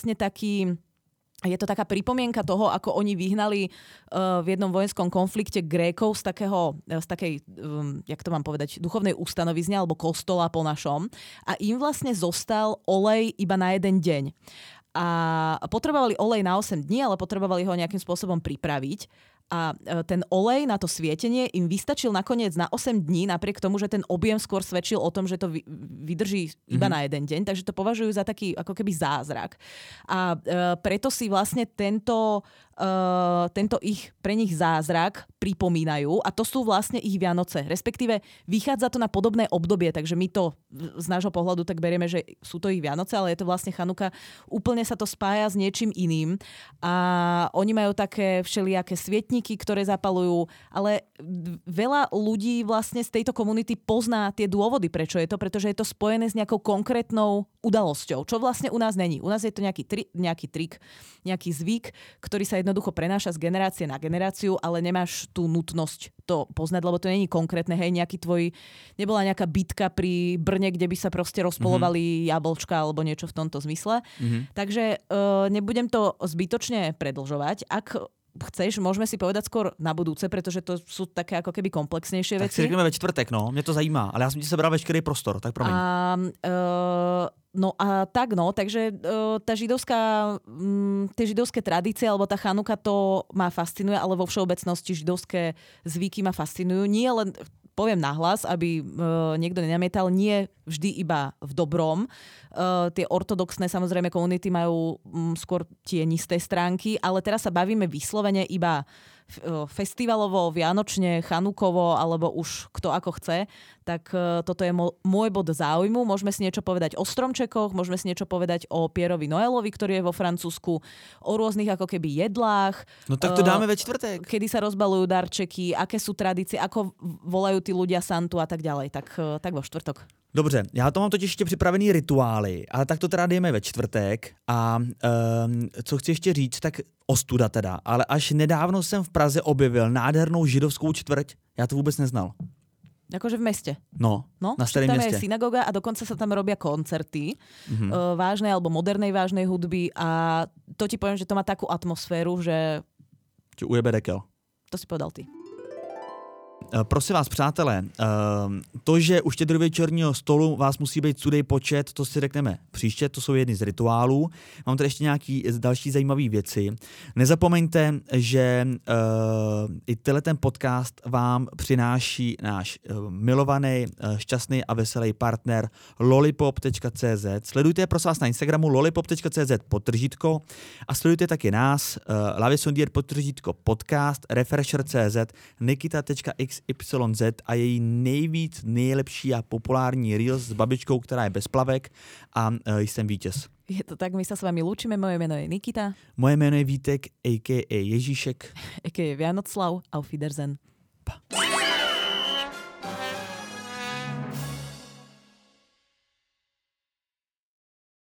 Je to taká pripomienka toho, ako oni vyhnali v jednom vojenskom konflikte Grékov z takej, jak to mám povedať, duchovnej ustanovizne alebo kostola po našom. A im vlastne zostal olej iba na jeden deň. A potrebovali olej na 8 dní, ale potrebovali ho nejakým spôsobom pripraviť. A ten olej na to svietenie im vystačil nakoniec na 8 dní, napriek tomu, že ten objem skôr svedčil o tom, že to vydrží iba na jeden deň. Takže to považujú za taký ako keby zázrak. A preto si vlastne tento pre nich zázrak pripomínajú a to sú vlastne ich Vianoce. Respektíve vychádza to na podobné obdobie, takže my to z nášho pohľadu tak berieme, že sú to ich Vianoce, ale je to vlastne Chanuka. Úplne sa to spája s niečím iným a oni majú také všelijaké svietniky, ktoré zapalujú, ale veľa ľudí vlastne z tejto komunity pozná tie dôvody, prečo je to, pretože je to spojené s nejakou konkrétnou udalosťou, čo vlastne u nás není. U nás je to nejaký trik, nejaký zvyk, ktorý sa jednoducho prenáša z generácie na generáciu, ale nemáš tú nutnosť to poznať, lebo to není konkrétne, hej, nebola nejaká bitka pri Brne, kde by sa proste rozpolovali jablčka alebo niečo v tomto zmysle. Takže nebudem to zbytočne predlžovať. Ak chceš, môžeme si povedať skôr na budúce, pretože to sú také ako keby komplexnejšie veci. Tak si řekneme ve čtvrtek, no. Mě to zajímá, ale já jsem ti sebral veškerý prostor, tak promiň. Takže tie židovské tradície alebo tá Chanuka to ma fascinuje, ale vo všeobecnosti židovské zvyky ma fascinujú. Nie len, poviem nahlas, aby niekto nenamietal, nie vždy iba v dobrom. Tie ortodoxné samozrejme komunity majú skôr tienisté stránky, ale teraz sa bavíme vyslovene iba festivalovo, vianočne, chanukovo, alebo už kto ako chce, tak toto je môj bod záujmu. Môžeme si niečo povedať o stromčekoch, môžeme si niečo povedať o Pierovi Noelovi, ktorý je vo Francúzsku, o rôznych ako keby jedlách. No tak to dáme ve čtvrtek. Kedy sa rozbalujú darčeky, aké sú tradície, ako volajú tí ľudia Santu a tak ďalej. Tak vo štvrtok. Dobře, já to mám totiž ještě připravený rituály, ale tak to teda dejme ve čtvrtek a co chci ještě říct, tak ostuda teda, ale až nedávno jsem v Praze objevil nádhernou židovskou čtvrť, já to vůbec neznal. Akože v meste? No na starém tam městě. je synagoga a dokonca sa tam robia koncerty vážnej alebo modernej vážnej hudby a to ti poviem, že to má takú atmosféru, že... Ti ujebe dekel. To si povedal ty. Prosím vás, přátelé, to, že u štědrovečerního stolu vás musí být sudej počet, to si řekneme příště, to jsou jedny z rituálů. Mám tady ještě nějaký další zajímavé věci. Nezapomeňte, že i ten podcast vám přináší náš milovaný, šťastný a veselý partner lollipop.cz. Sledujte prosím vás na Instagramu lollipop.cz/, a sledujte taky nás, Lavisondier _podcast, Refresher.cz, Nikita.xyz a její nejlepší a populární reels s babičkou, která je bez plavek, a jsem vítěz. Je to tak, my sa s vami lúčime, moje meno je Nikita. Moje jméno je Vítek, a.k.a. Ježíšek. A.k.a. Vianoclav. Auf Wiedersehen. Pa.